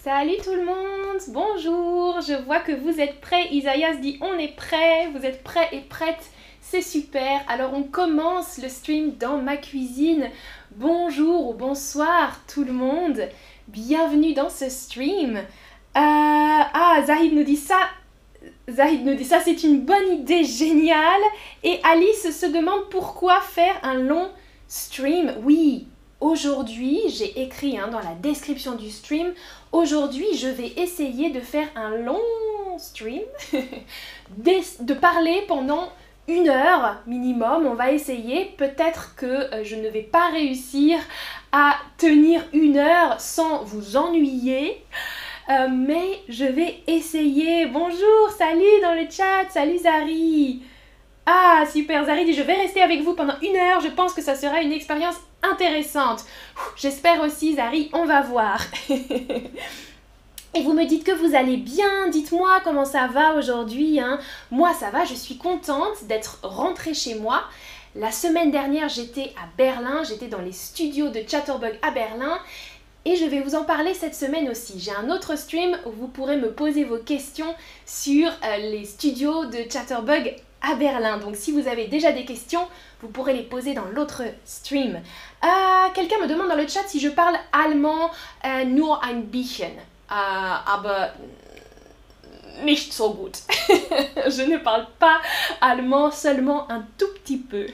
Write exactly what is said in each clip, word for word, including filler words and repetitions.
Salut tout le monde, bonjour, je vois que vous êtes prêts, Isaïas dit on est prêts, vous êtes prêts et prêtes, c'est super. Alors on commence le stream dans ma cuisine. Bonjour ou bonsoir tout le monde, bienvenue dans ce stream. Euh, ah, Zahid nous dit ça, Zahid nous dit ça, c'est une bonne idée, géniale. Et Alice se demande pourquoi faire un long stream. Oui, aujourd'hui, j'ai écrit hein, dans la description du stream, aujourd'hui, je vais essayer de faire un long stream, de parler pendant une heure minimum. On va essayer, peut-être que euh, je ne vais pas réussir à tenir une heure sans vous ennuyer. Euh, mais je vais essayer. Bonjour, salut dans le chat, salut Zari. Ah, super, Zari dit je vais rester avec vous pendant une heure, je pense que ça sera une expérience intéressante. J'espère aussi, Zari, on va voir. Et vous me dites que vous allez bien, dites-moi comment ça va aujourd'hui. Hein. Moi, ça va, je suis contente d'être rentrée chez moi. La semaine dernière, j'étais à Berlin, j'étais dans les studios de Chatterbug à Berlin. Et je vais vous en parler cette semaine aussi. J'ai un autre stream où vous pourrez me poser vos questions sur euh, les studios de Chatterbug à Berlin. Donc si vous avez déjà des questions, vous pourrez les poser dans l'autre stream. Euh, Quelqu'un me demande dans le chat si je parle allemand, euh, nur ein bisschen. Euh, aber nicht so gut. Je ne parle pas allemand, seulement un tout petit peu.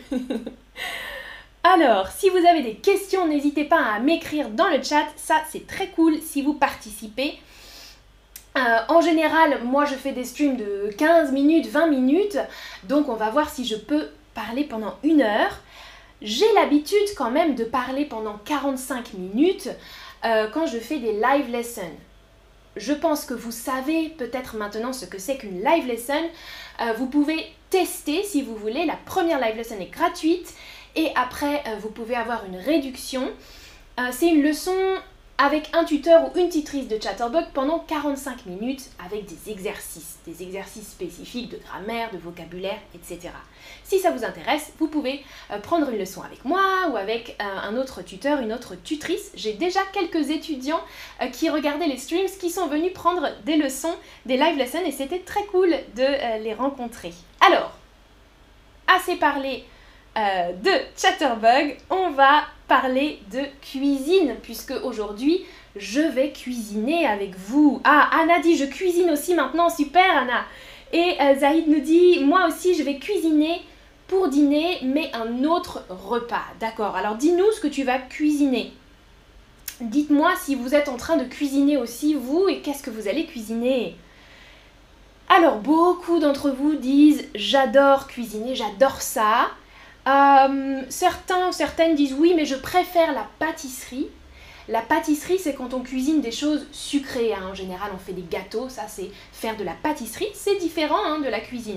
Alors, si vous avez des questions, n'hésitez pas à m'écrire dans le chat, ça c'est très cool si vous participez. Euh, en général, moi je fais des streams de quinze minutes, vingt minutes, donc on va voir si je peux parler pendant une heure. J'ai l'habitude quand même de parler pendant quarante-cinq minutes euh, quand je fais des live lessons. Je pense que vous savez peut-être maintenant ce que c'est qu'une live lesson. Euh, vous pouvez tester si vous voulez, la première live lesson est gratuite. Et après, euh, vous pouvez avoir une réduction. Euh, c'est une leçon avec un tuteur ou une tutrice de Chatterbug pendant quarante-cinq minutes avec des exercices, des exercices spécifiques de grammaire, de vocabulaire, et cetera. Si ça vous intéresse, vous pouvez euh, prendre une leçon avec moi ou avec euh, un autre tuteur, une autre tutrice. J'ai déjà quelques étudiants euh, qui regardaient les streams, qui sont venus prendre des leçons, des live lessons, et c'était très cool de euh, les rencontrer. Alors, assez parlé Euh, de Chatterbug, on va parler de cuisine, puisque aujourd'hui, je vais cuisiner avec vous. Ah, Anna dit, je cuisine aussi maintenant, super Anna. Et euh, Zahid nous dit, moi aussi, je vais cuisiner pour dîner, mais un autre repas. D'accord, alors dis-nous ce que tu vas cuisiner. Dites-moi si vous êtes en train de cuisiner aussi, vous, et qu'est-ce que vous allez cuisiner. Alors, beaucoup d'entre vous disent, j'adore cuisiner, j'adore ça. Euh, certains ou certaines disent oui, mais je préfère la pâtisserie. La pâtisserie, c'est quand on cuisine des choses sucrées. Hein. En général, on fait des gâteaux, ça c'est faire de la pâtisserie. C'est différent hein, de la cuisine.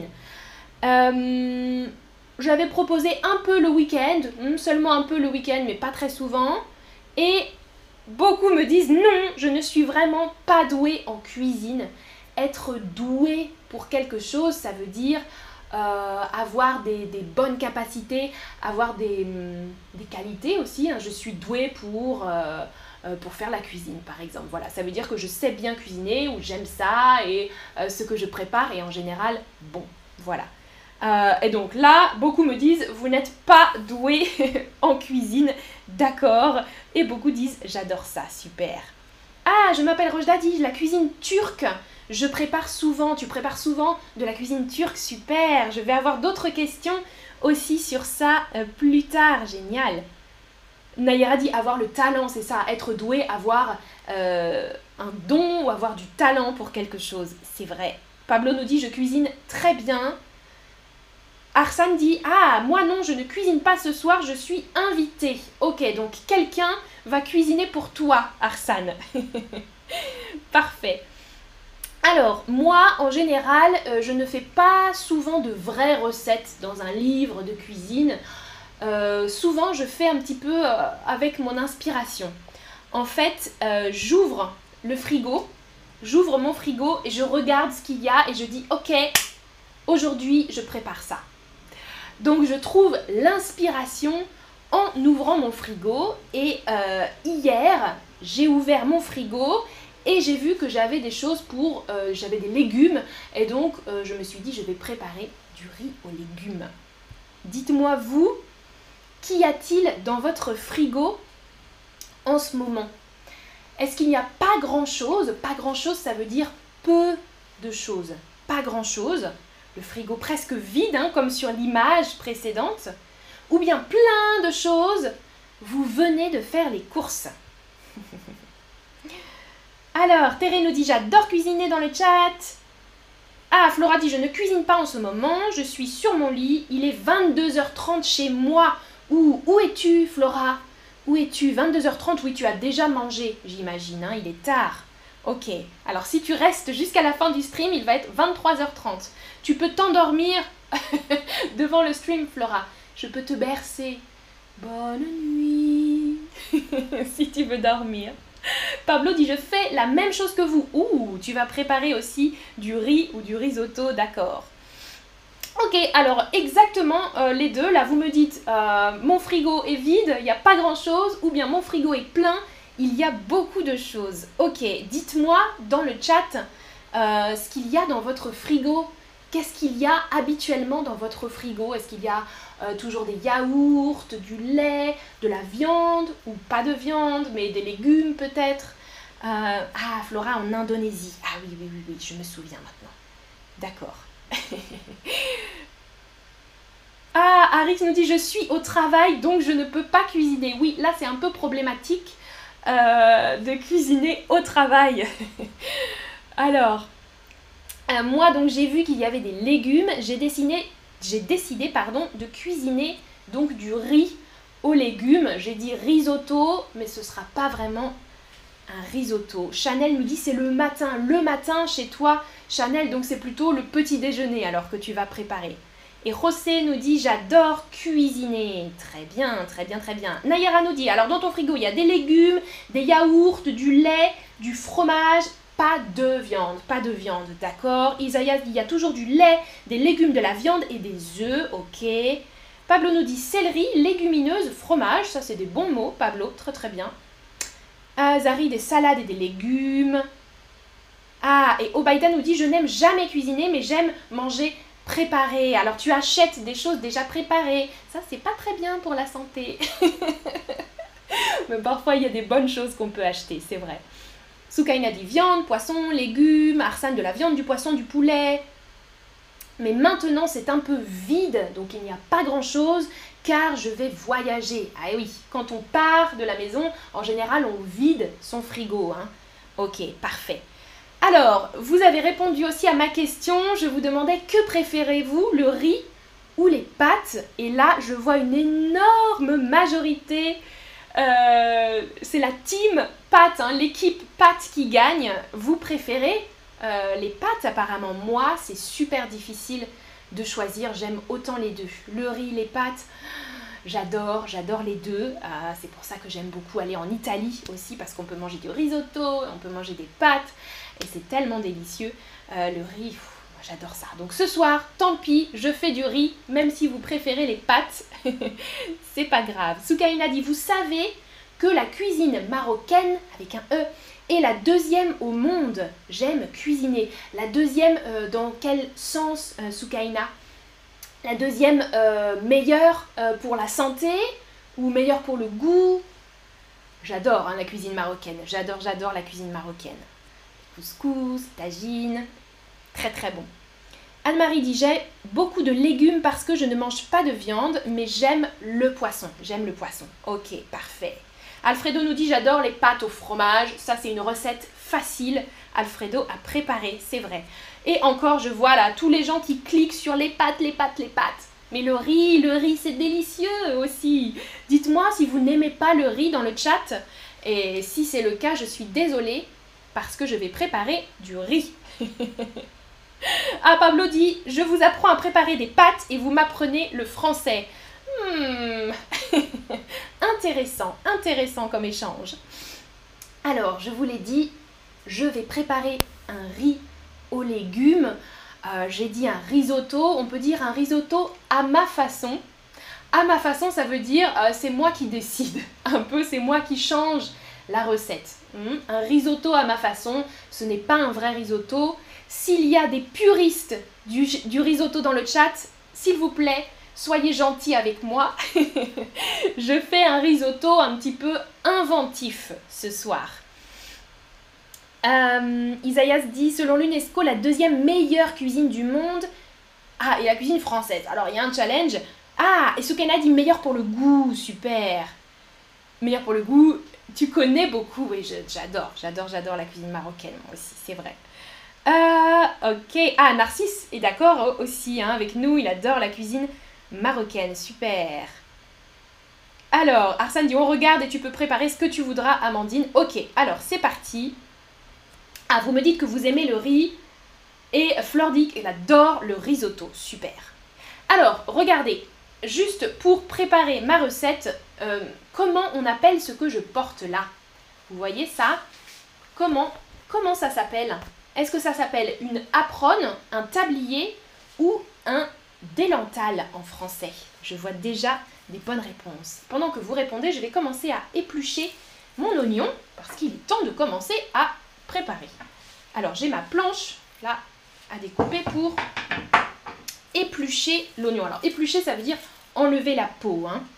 Euh, J'avais proposé un peu le week-end, seulement un peu le week-end, mais pas très souvent. Et beaucoup me disent non, je ne suis vraiment pas douée en cuisine. Être douée pour quelque chose, ça veut dire Euh, avoir des, des bonnes capacités, avoir des, des qualités aussi. Hein. Je suis douée pour, euh, euh, pour faire la cuisine, par exemple. Voilà, ça veut dire que je sais bien cuisiner ou j'aime ça et euh, ce que je prépare est en général bon. Voilà. Euh, et donc là, beaucoup me disent, vous n'êtes pas douée en cuisine, d'accord. Et beaucoup disent, j'adore ça, super. Ah, je m'appelle Rojdadi, la cuisine turque. Je prépare souvent, tu prépares souvent de la cuisine turque, super. Je vais avoir d'autres questions aussi sur ça euh, plus tard, génial. Nayara dit avoir le talent, c'est ça, être doué, avoir euh, un don ou avoir du talent pour quelque chose, c'est vrai. Pablo nous dit je cuisine très bien. Arsane dit ah, moi non, je ne cuisine pas ce soir, je suis invitée. Ok, donc quelqu'un va cuisiner pour toi, Arsane. Parfait. Alors, moi, en général, euh, je ne fais pas souvent de vraies recettes dans un livre de cuisine. Euh, souvent, je fais un petit peu euh, avec mon inspiration. En fait, euh, j'ouvre le frigo, j'ouvre mon frigo et je regarde ce qu'il y a et je dis « Ok, aujourd'hui, je prépare ça ». Donc, je trouve l'inspiration en ouvrant mon frigo et euh, hier, j'ai ouvert mon frigo Et j'ai vu que j'avais des choses pour... Euh, j'avais des légumes. Et donc, euh, je me suis dit, je vais préparer du riz aux légumes. Dites-moi, vous, qu'y a-t-il dans votre frigo en ce moment? Est-ce qu'il n'y a pas grand-chose? Pas grand-chose, ça veut dire peu de choses. Pas grand-chose. Le frigo presque vide, hein, comme sur l'image précédente. Ou bien plein de choses. Vous venez de faire les courses. Alors, Thérèse nous dit « J'adore cuisiner dans le chat ». Ah, Flora dit « Je ne cuisine pas en ce moment, je suis sur mon lit, il est vingt-deux heures trente chez moi. » Où, où es-tu, Flora? Où es-tu? vingt-deux heures trente, oui, tu as déjà mangé, j'imagine, hein, il est tard. Ok, alors si tu restes jusqu'à la fin du stream, il va être vingt-trois heures trente. Tu peux t'endormir devant le stream, Flora. Je peux te bercer. Bonne nuit, si tu veux dormir. Pablo dit « Je fais la même chose que vous. » Ouh, tu vas préparer aussi du riz ou du risotto, d'accord. Ok, alors exactement euh, les deux. Là, vous me dites euh, « Mon frigo est vide, il n'y a pas grand-chose » ou bien « Mon frigo est plein, il y a beaucoup de choses. » Ok, dites-moi dans le chat euh, ce qu'il y a dans votre frigo. Qu'est-ce qu'il y a habituellement dans votre frigo? Est-ce qu'il y a euh, toujours des yaourts, du lait, de la viande ou pas de viande, mais des légumes peut-être? euh, Ah, Flora en Indonésie. Ah oui, oui, oui, oui, je me souviens maintenant. D'accord. Ah, Aris nous dit « Je suis au travail, donc je ne peux pas cuisiner. » Oui, là c'est un peu problématique euh, de cuisiner au travail. Alors... Euh, moi, donc, j'ai vu qu'il y avait des légumes. J'ai décidé, j'ai décidé pardon, de cuisiner donc du riz aux légumes. J'ai dit risotto, mais ce ne sera pas vraiment un risotto. Chanel nous dit c'est le matin. Le matin chez toi, Chanel, donc c'est plutôt le petit déjeuner alors que tu vas préparer. Et José nous dit j'adore cuisiner. Très bien, très bien, très bien. Nayara nous dit alors dans ton frigo, il y a des légumes, des yaourts, du lait, du fromage. Pas de viande, pas de viande, d'accord. Isaïa, il y a toujours du lait, des légumes, de la viande et des œufs, ok. Pablo nous dit céleri, légumineuse, fromage, ça c'est des bons mots, Pablo, très très bien. Ah, Zari, des salades et des légumes. Ah, et Obaïda nous dit je n'aime jamais cuisiner, mais j'aime manger préparé. Alors tu achètes des choses déjà préparées, ça c'est pas très bien pour la santé. Mais parfois il y a des bonnes choses qu'on peut acheter, c'est vrai. Soukaina dit viande, poisson, légumes, Arsène de la viande, du poisson, du poulet. Mais maintenant c'est un peu vide, donc il n'y a pas grand chose car je vais voyager. Ah oui, quand on part de la maison, en général on vide son frigo. Hein. Ok, parfait. Alors, vous avez répondu aussi à ma question, je vous demandais que préférez-vous, le riz ou les pâtes? Et là je vois une énorme majorité. Euh, c'est la team pâtes, hein, l'équipe pâtes qui gagne. Vous préférez euh, les pâtes apparemment. Moi, c'est super difficile de choisir. J'aime autant les deux. Le riz, les pâtes, j'adore, j'adore les deux. Euh, c'est pour ça que j'aime beaucoup aller en Italie aussi parce qu'on peut manger du risotto, on peut manger des pâtes et c'est tellement délicieux. Euh, le riz, pff, j'adore ça. Donc ce soir, tant pis, je fais du riz, même si vous préférez les pâtes. C'est pas grave. Soukaina dit, vous savez que la cuisine marocaine, avec un E, est la deuxième au monde. J'aime cuisiner. La deuxième, euh, dans quel sens, euh, Soukaina? La deuxième, euh, meilleure euh, pour la santé ou meilleure pour le goût? J'adore hein, la cuisine marocaine. J'adore, j'adore la cuisine marocaine. Couscous, tagine, très très bon. Anne-Marie dit, j'ai beaucoup de légumes parce que je ne mange pas de viande, mais j'aime le poisson. J'aime le poisson. Ok, parfait. Alfredo nous dit, j'adore les pâtes au fromage. Ça, c'est une recette facile, Alfredo, à préparer, c'est vrai. Et encore, je vois là tous les gens qui cliquent sur les pâtes, les pâtes, les pâtes. Mais le riz, le riz, c'est délicieux aussi. Dites-moi si vous n'aimez pas le riz dans le chat. Et si c'est le cas, je suis désolée parce que je vais préparer du riz. Ah, Pablo dit, je vous apprends à préparer des pâtes et vous m'apprenez le français. Hmm. Intéressant, intéressant comme échange. Alors, je vous l'ai dit, je vais préparer un riz aux légumes. Euh, J'ai dit un risotto, on peut dire un risotto à ma façon. À ma façon, ça veut dire, euh, c'est moi qui décide. Un peu, c'est moi qui change la recette. Hum, un risotto à ma façon, ce n'est pas un vrai risotto. S'il y a des puristes du, du risotto dans le chat, s'il vous plaît, soyez gentils avec moi. Je fais un risotto un petit peu inventif ce soir. Euh, Isaïas dit, selon l'UNESCO, la deuxième meilleure cuisine du monde. Ah, et la cuisine française. Alors, il y a un challenge. Ah, et Soukena dit meilleur pour le goût. Super. Meilleur pour le goût. Tu connais beaucoup. Oui, j'adore, j'adore, j'adore la cuisine marocaine, moi aussi, c'est vrai. Euh, ok. Ah, Narcisse est d'accord aussi hein, avec nous. Il adore la cuisine marocaine. Super. Alors, Arsène dit, on regarde et tu peux préparer ce que tu voudras, Amandine. Ok, alors, c'est parti. Ah, vous me dites que vous aimez le riz. Et Fleur dit qu'elle adore le risotto. Super. Alors, regardez. Juste pour préparer ma recette, euh, comment on appelle ce que je porte là? Vous voyez ça? Comment, comment ça s'appelle? Est-ce que ça s'appelle une apronne, un tablier ou un délantal en français? Je vois déjà des bonnes réponses. Pendant que vous répondez, je vais commencer à éplucher mon oignon parce qu'il est temps de commencer à préparer. Alors, j'ai ma planche là à découper pour éplucher l'oignon. Alors, éplucher, ça veut dire enlever la peau. Hein.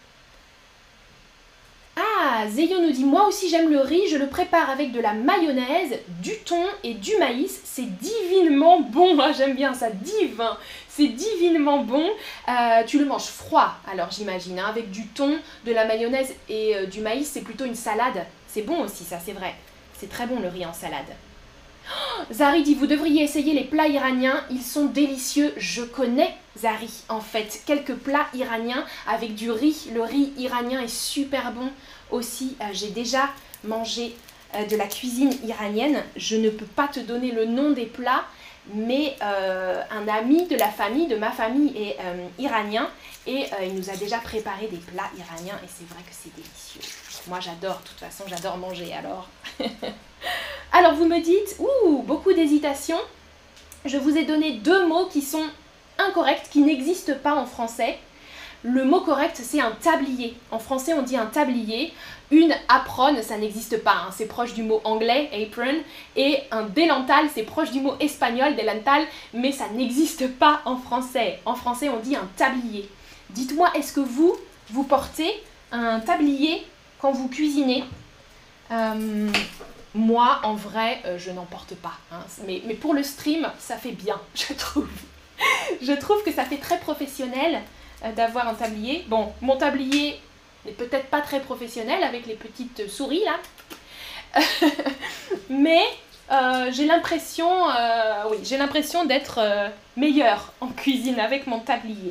Ah, Zeyo nous dit, moi aussi j'aime le riz, je le prépare avec de la mayonnaise, du thon et du maïs. C'est divinement bon. Ah, j'aime bien ça, divin. C'est divinement bon. Euh, tu le manges froid, alors j'imagine, hein, avec du thon, de la mayonnaise et euh, du maïs. C'est plutôt une salade. C'est bon aussi, ça, c'est vrai. C'est très bon le riz en salade. Zari dit, vous devriez essayer les plats iraniens, ils sont délicieux. Je connais, Zari, en fait, quelques plats iraniens avec du riz. Le riz iranien est super bon aussi. Euh, j'ai déjà mangé euh, de la cuisine iranienne. Je ne peux pas te donner le nom des plats, mais euh, un ami de la famille, de ma famille est euh, iranien et euh, il nous a déjà préparé des plats iraniens et c'est vrai que c'est délicieux. Moi j'adore, de toute façon j'adore manger alors. Alors vous me dites, ouh, beaucoup d'hésitation. Je vous ai donné deux mots qui sont incorrects, qui n'existent pas en français. Le mot correct, c'est un tablier. En français, on dit un tablier. Une apronne, ça n'existe pas. Hein. C'est proche du mot anglais, apron. Et un délantal, c'est proche du mot espagnol, delantal. Mais ça n'existe pas en français. En français, on dit un tablier. Dites-moi, est-ce que vous, vous portez un tablier quand vous cuisinez? euh, Moi, en vrai, euh, je n'en porte pas. Hein. Mais, mais pour le stream, ça fait bien, je trouve. Je trouve que ça fait très professionnel euh, d'avoir un tablier. Bon, mon tablier n'est peut-être pas très professionnel avec les petites souris, là. Mais euh, j'ai l'impression euh, oui, j'ai l'impression d'être euh, meilleure en cuisine avec mon tablier.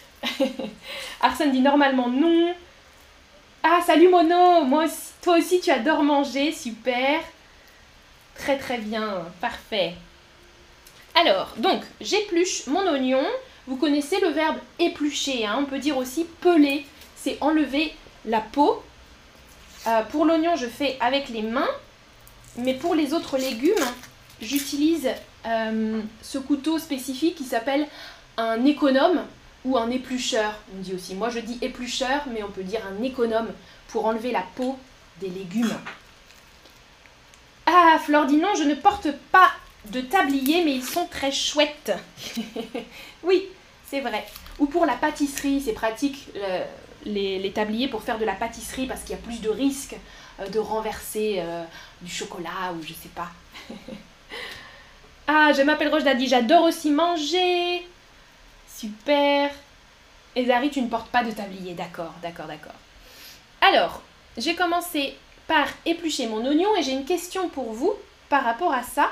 Arsène dit normalement non. Ah, salut Mono, moi aussi, toi aussi tu adores manger, super. Très très bien, parfait. Alors, donc, j'épluche mon oignon. Vous connaissez le verbe éplucher, hein, on peut dire aussi peler, c'est enlever la peau. Euh, pour l'oignon, je fais avec les mains, mais pour les autres légumes, j'utilise euh, ce couteau spécifique qui s'appelle un économe ou un éplucheur, on dit aussi. Moi, je dis éplucheur, mais on peut dire un économe pour enlever la peau des légumes. Ah, Flore dit non, je ne porte pas de tablier, mais ils sont très chouettes. Oui, c'est vrai. Ou pour la pâtisserie, c'est pratique euh, les, les tabliers pour faire de la pâtisserie parce qu'il y a plus de risques euh, de renverser euh, du chocolat ou je sais pas. Ah, je m'appelle Roche Daddy, j'adore aussi manger. Super. Et Zari, tu ne portes pas de tablier, d'accord, d'accord, d'accord. Alors, j'ai commencé par éplucher mon oignon et j'ai une question pour vous par rapport à ça.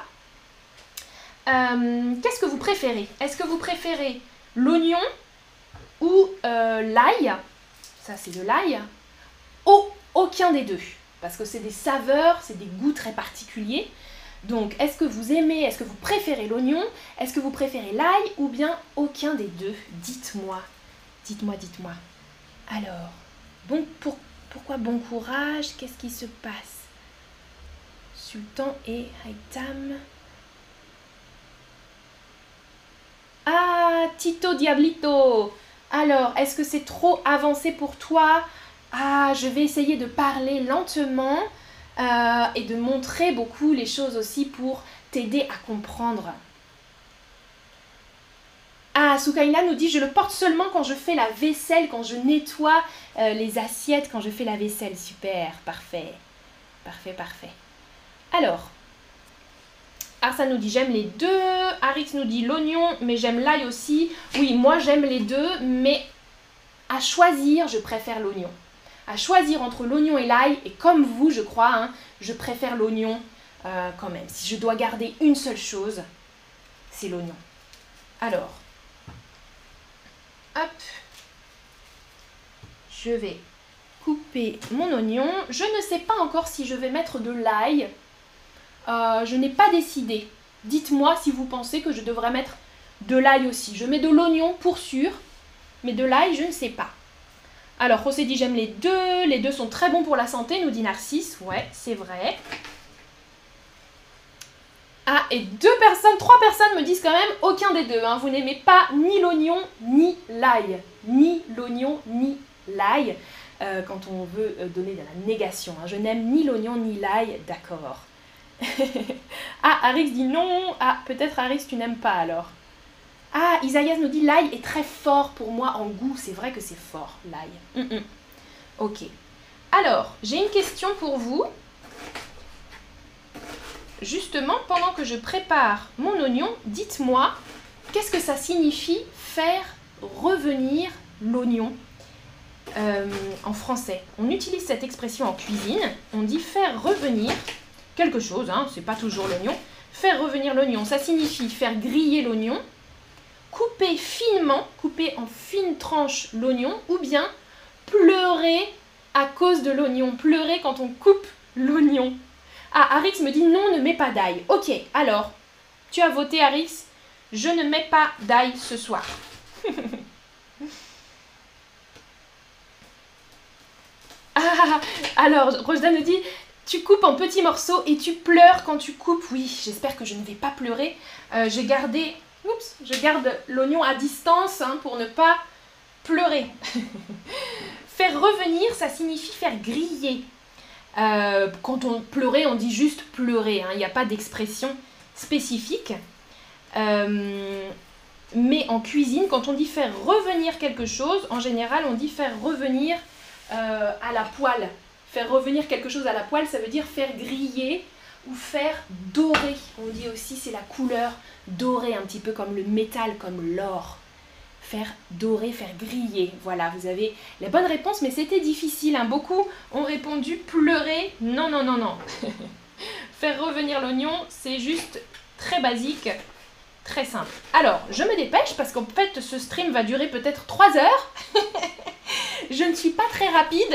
Euh, Qu'est-ce que vous préférez? Est-ce que vous préférez l'oignon ou euh, l'ail? Ça, c'est de l'ail. Ou aucun des deux. Parce que c'est des saveurs, c'est des goûts très particuliers. Donc, est-ce que vous aimez, est-ce que vous préférez l'oignon? Est-ce que vous préférez l'ail ou bien aucun des deux? Dites-moi. Dites-moi, dites-moi. Alors, bon, pour, pourquoi bon courage? Qu'est-ce qui se passe? Sultan et Haïtam. Ah, Tito Diablito. Alors, est-ce que c'est trop avancé pour toi? Ah, je vais essayer de parler lentement. euh, et de montrer beaucoup les choses aussi pour t'aider à comprendre. Ah, Soukaina nous dit, je le porte seulement quand je fais la vaisselle, quand je nettoie euh, les assiettes, quand je fais la vaisselle. Super, parfait, parfait, parfait. Alors, Arsa nous dit, j'aime les deux. Arix nous dit, l'oignon, mais j'aime l'ail aussi. Oui, moi j'aime les deux, mais à choisir, je préfère l'oignon. À choisir entre l'oignon et l'ail, et comme vous, je crois, hein, je préfère l'oignon euh, quand même. Si je dois garder une seule chose, c'est l'oignon. Alors, hop, je vais couper mon oignon. Je ne sais pas encore si je vais mettre de l'ail. Euh, je n'ai pas décidé. Dites-moi si vous pensez que je devrais mettre de l'ail aussi. Je mets de l'oignon pour sûr, mais de l'ail, je ne sais pas. Alors, José dit, j'aime les deux. Les deux sont très bons pour la santé, nous dit Narcisse. Ouais, c'est vrai. Ah, et deux personnes, trois personnes me disent quand même aucun des deux. Hein. Vous n'aimez pas ni l'oignon, ni l'ail. Ni l'oignon, ni l'ail. Euh, quand on veut donner de la négation. Hein. Je n'aime ni l'oignon, ni l'ail. D'accord. Ah, Arix dit non. Ah, peut-être Arix, tu n'aimes pas alors. Ah, Isaïas nous dit l'ail est très fort pour moi en goût. C'est vrai que c'est fort, l'ail. Mm -mm. Ok. Alors, j'ai une question pour vous. Justement, pendant que je prépare mon oignon, dites-moi, qu'est-ce que ça signifie faire revenir l'oignon euh, en français? On utilise cette expression en cuisine. On dit faire revenir quelque chose, hein, c'est pas toujours l'oignon. Faire revenir l'oignon, ça signifie faire griller l'oignon, couper finement, couper en fines tranches l'oignon, ou bien pleurer à cause de l'oignon, pleurer quand on coupe l'oignon. Ah, Arix me dit non, ne mets pas d'ail. Ok, alors, tu as voté Arix, je ne mets pas d'ail ce soir. Ah, alors, Rojda nous dit, tu coupes en petits morceaux et tu pleures quand tu coupes. Oui, j'espère que je ne vais pas pleurer. Euh, j'ai gardé, oups, je garde l'oignon à distance hein, pour ne pas pleurer. Faire revenir, ça signifie faire griller. Euh, quand on pleurait, on dit juste pleurer. Hein, il n'y a pas d'expression spécifique. Euh, mais en cuisine, quand on dit faire revenir quelque chose, en général, on dit faire revenir euh, à la poêle. Faire revenir quelque chose à la poêle, ça veut dire faire griller ou faire dorer. On dit aussi c'est la couleur dorée, un petit peu comme le métal, comme l'or. Faire dorer, faire griller. Voilà, vous avez les bonnes réponses, mais c'était difficile. Hein. Beaucoup ont répondu pleurer. Non, non, non, non. Faire revenir l'oignon, c'est juste très basique, très simple. Alors, je me dépêche parce qu'en fait, ce stream va durer peut-être trois heures. Je ne suis pas très rapide.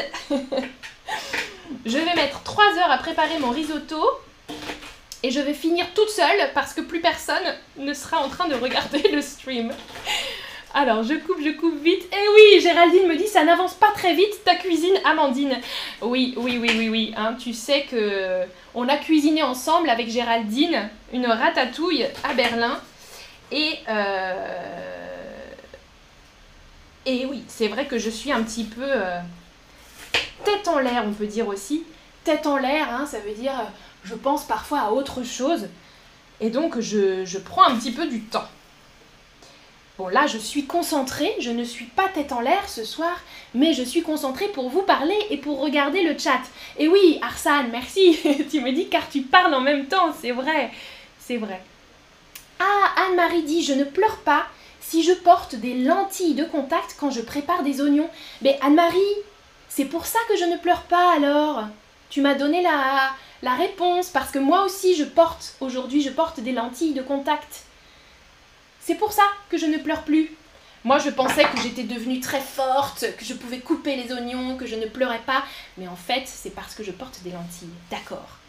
Je vais mettre trois heures à préparer mon risotto et je vais finir toute seule parce que plus personne ne sera en train de regarder le stream. Alors, je coupe, je coupe vite. Eh oui, Géraldine me dit, ça n'avance pas très vite ta cuisine, Amandine. Oui, oui, oui, oui, oui. Hein, tu sais que on a cuisiné ensemble avec Géraldine une ratatouille à Berlin. Et, euh... et oui, c'est vrai que je suis un petit peu euh, tête en l'air, on peut dire aussi. Tête en l'air, hein, ça veut dire je pense parfois à autre chose. Et donc, je, je prends un petit peu du temps. Bon, là, je suis concentrée, je ne suis pas tête en l'air ce soir, mais je suis concentrée pour vous parler et pour regarder le chat. Et oui, Arsane, merci, tu me dis car tu parles en même temps, c'est vrai, c'est vrai. Ah, Anne-Marie dit, je ne pleure pas si je porte des lentilles de contact quand je prépare des oignons. Mais Anne-Marie, c'est pour ça que je ne pleure pas alors. Tu m'as donné la, la réponse, parce que moi aussi je porte, aujourd'hui je porte des lentilles de contact. C'est pour ça que je ne pleure plus. Moi, je pensais que j'étais devenue très forte, que je pouvais couper les oignons, que je ne pleurais pas. Mais en fait, c'est parce que je porte des lentilles. D'accord.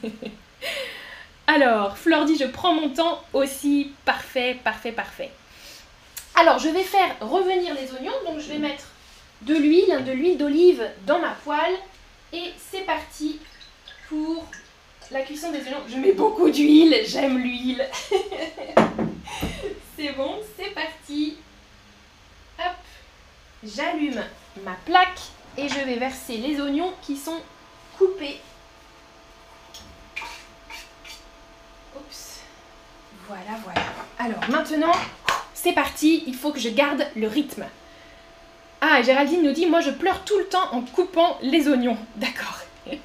Alors, Fleur dit, je prends mon temps aussi. Parfait, parfait, parfait. Alors, je vais faire revenir les oignons. Donc, je vais mettre de l'huile, de l'huile d'olive dans ma poêle. Et c'est parti pour la cuisson des oignons. Je mets beaucoup d'huile, j'aime l'huile. C'est bon, c'est parti. Hop, j'allume ma plaque et je vais verser les oignons qui sont coupés Voilà, voilà. Alors maintenant, c'est parti, il faut que je garde le rythme. Ah, Géraldine nous dit, moi je pleure tout le temps en coupant les oignons. D'accord.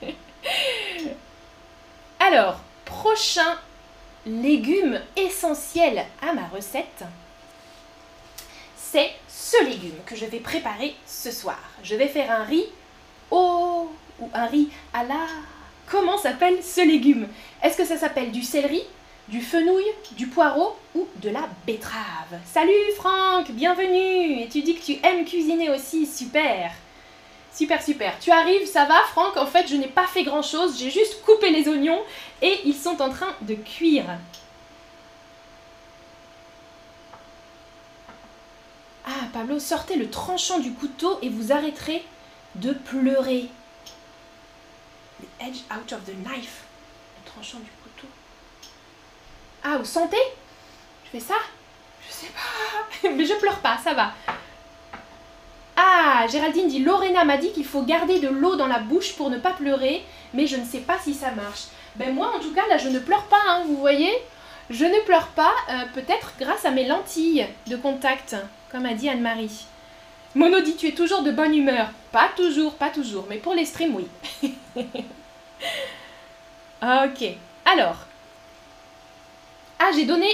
Alors, prochain légume essentiel à ma recette, c'est ce légume que je vais préparer ce soir. Je vais faire un riz au... ou un riz à la... Comment s'appelle ce légume? Est-ce que ça s'appelle du céleri, du fenouil, du poireau ou de la betterave? Salut Franck, bienvenue! Et tu dis que tu aimes cuisiner aussi, super! Super, super. Tu arrives, ça va Franck? En fait, je n'ai pas fait grand-chose, j'ai juste coupé les oignons et ils sont en train de cuire. Ah, Pablo, sortez le tranchant du couteau et vous arrêterez de pleurer. The edge out of the knife. Le tranchant du couteau. Ah, vous sentez? Je fais ça? Je sais pas. Mais je pleure pas, ça va. Ah, Géraldine dit, Lorena m'a dit qu'il faut garder de l'eau dans la bouche pour ne pas pleurer, mais je ne sais pas si ça marche. Ben moi, en tout cas, là, je ne pleure pas, hein, vous voyez? Je ne pleure pas, euh, peut-être grâce à mes lentilles de contact, comme a dit Anne-Marie. Mono dit, tu es toujours de bonne humeur. Pas toujours, pas toujours, mais pour les streams, oui. Ok, alors. Ah, j'ai donné...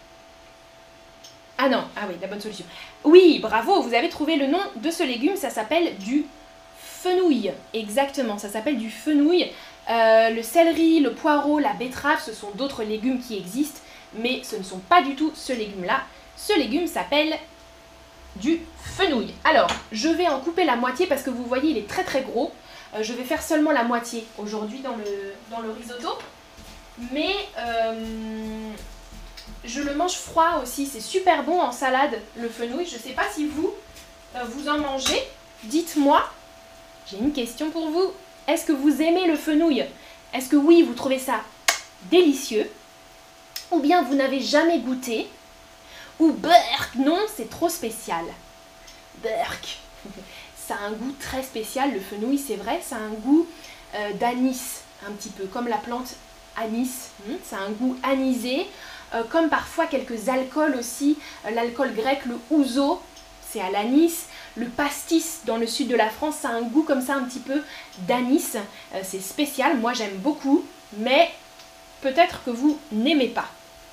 Ah non, ah oui, la bonne solution. Oui, bravo, vous avez trouvé le nom de ce légume, ça s'appelle du fenouil. Exactement, ça s'appelle du fenouil. Euh, le céleri, le poireau, la betterave, ce sont d'autres légumes qui existent, mais ce ne sont pas du tout ce légume-là. Ce légume s'appelle du fenouil. Alors, je vais en couper la moitié parce que vous voyez, il est très très gros. Euh, je vais faire seulement la moitié aujourd'hui dans le, dans le risotto. Mais... Euh, je le mange froid aussi, c'est super bon en salade, le fenouil. Je ne sais pas si vous, euh, vous en mangez. Dites-moi, j'ai une question pour vous. Est-ce que vous aimez le fenouil? Est-ce que oui, vous trouvez ça délicieux? Ou bien vous n'avez jamais goûté? Ou berk, non, c'est trop spécial. Berk, ça a un goût très spécial, le fenouil, c'est vrai, ça a un goût euh, d'anis, un petit peu, comme la plante anis. Hmm, ça a un goût anisé. Euh, comme parfois quelques alcools aussi, euh, l'alcool grec, le ouzo, c'est à l'anis, le pastis dans le sud de la France, ça a un goût comme ça un petit peu d'anis, euh, c'est spécial, moi j'aime beaucoup, mais peut-être que vous n'aimez pas.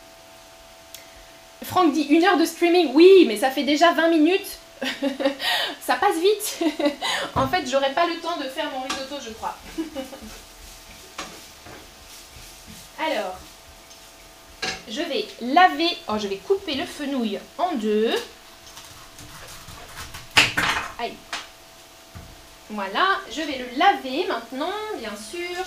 Franck dit une heure de streaming, oui, mais ça fait déjà vingt minutes, ça passe vite. En fait, j'aurai pas le temps de faire mon risotto, je crois. Alors... je vais laver, oh je vais couper le fenouil en deux. Aïe. Voilà, je vais le laver maintenant, bien sûr.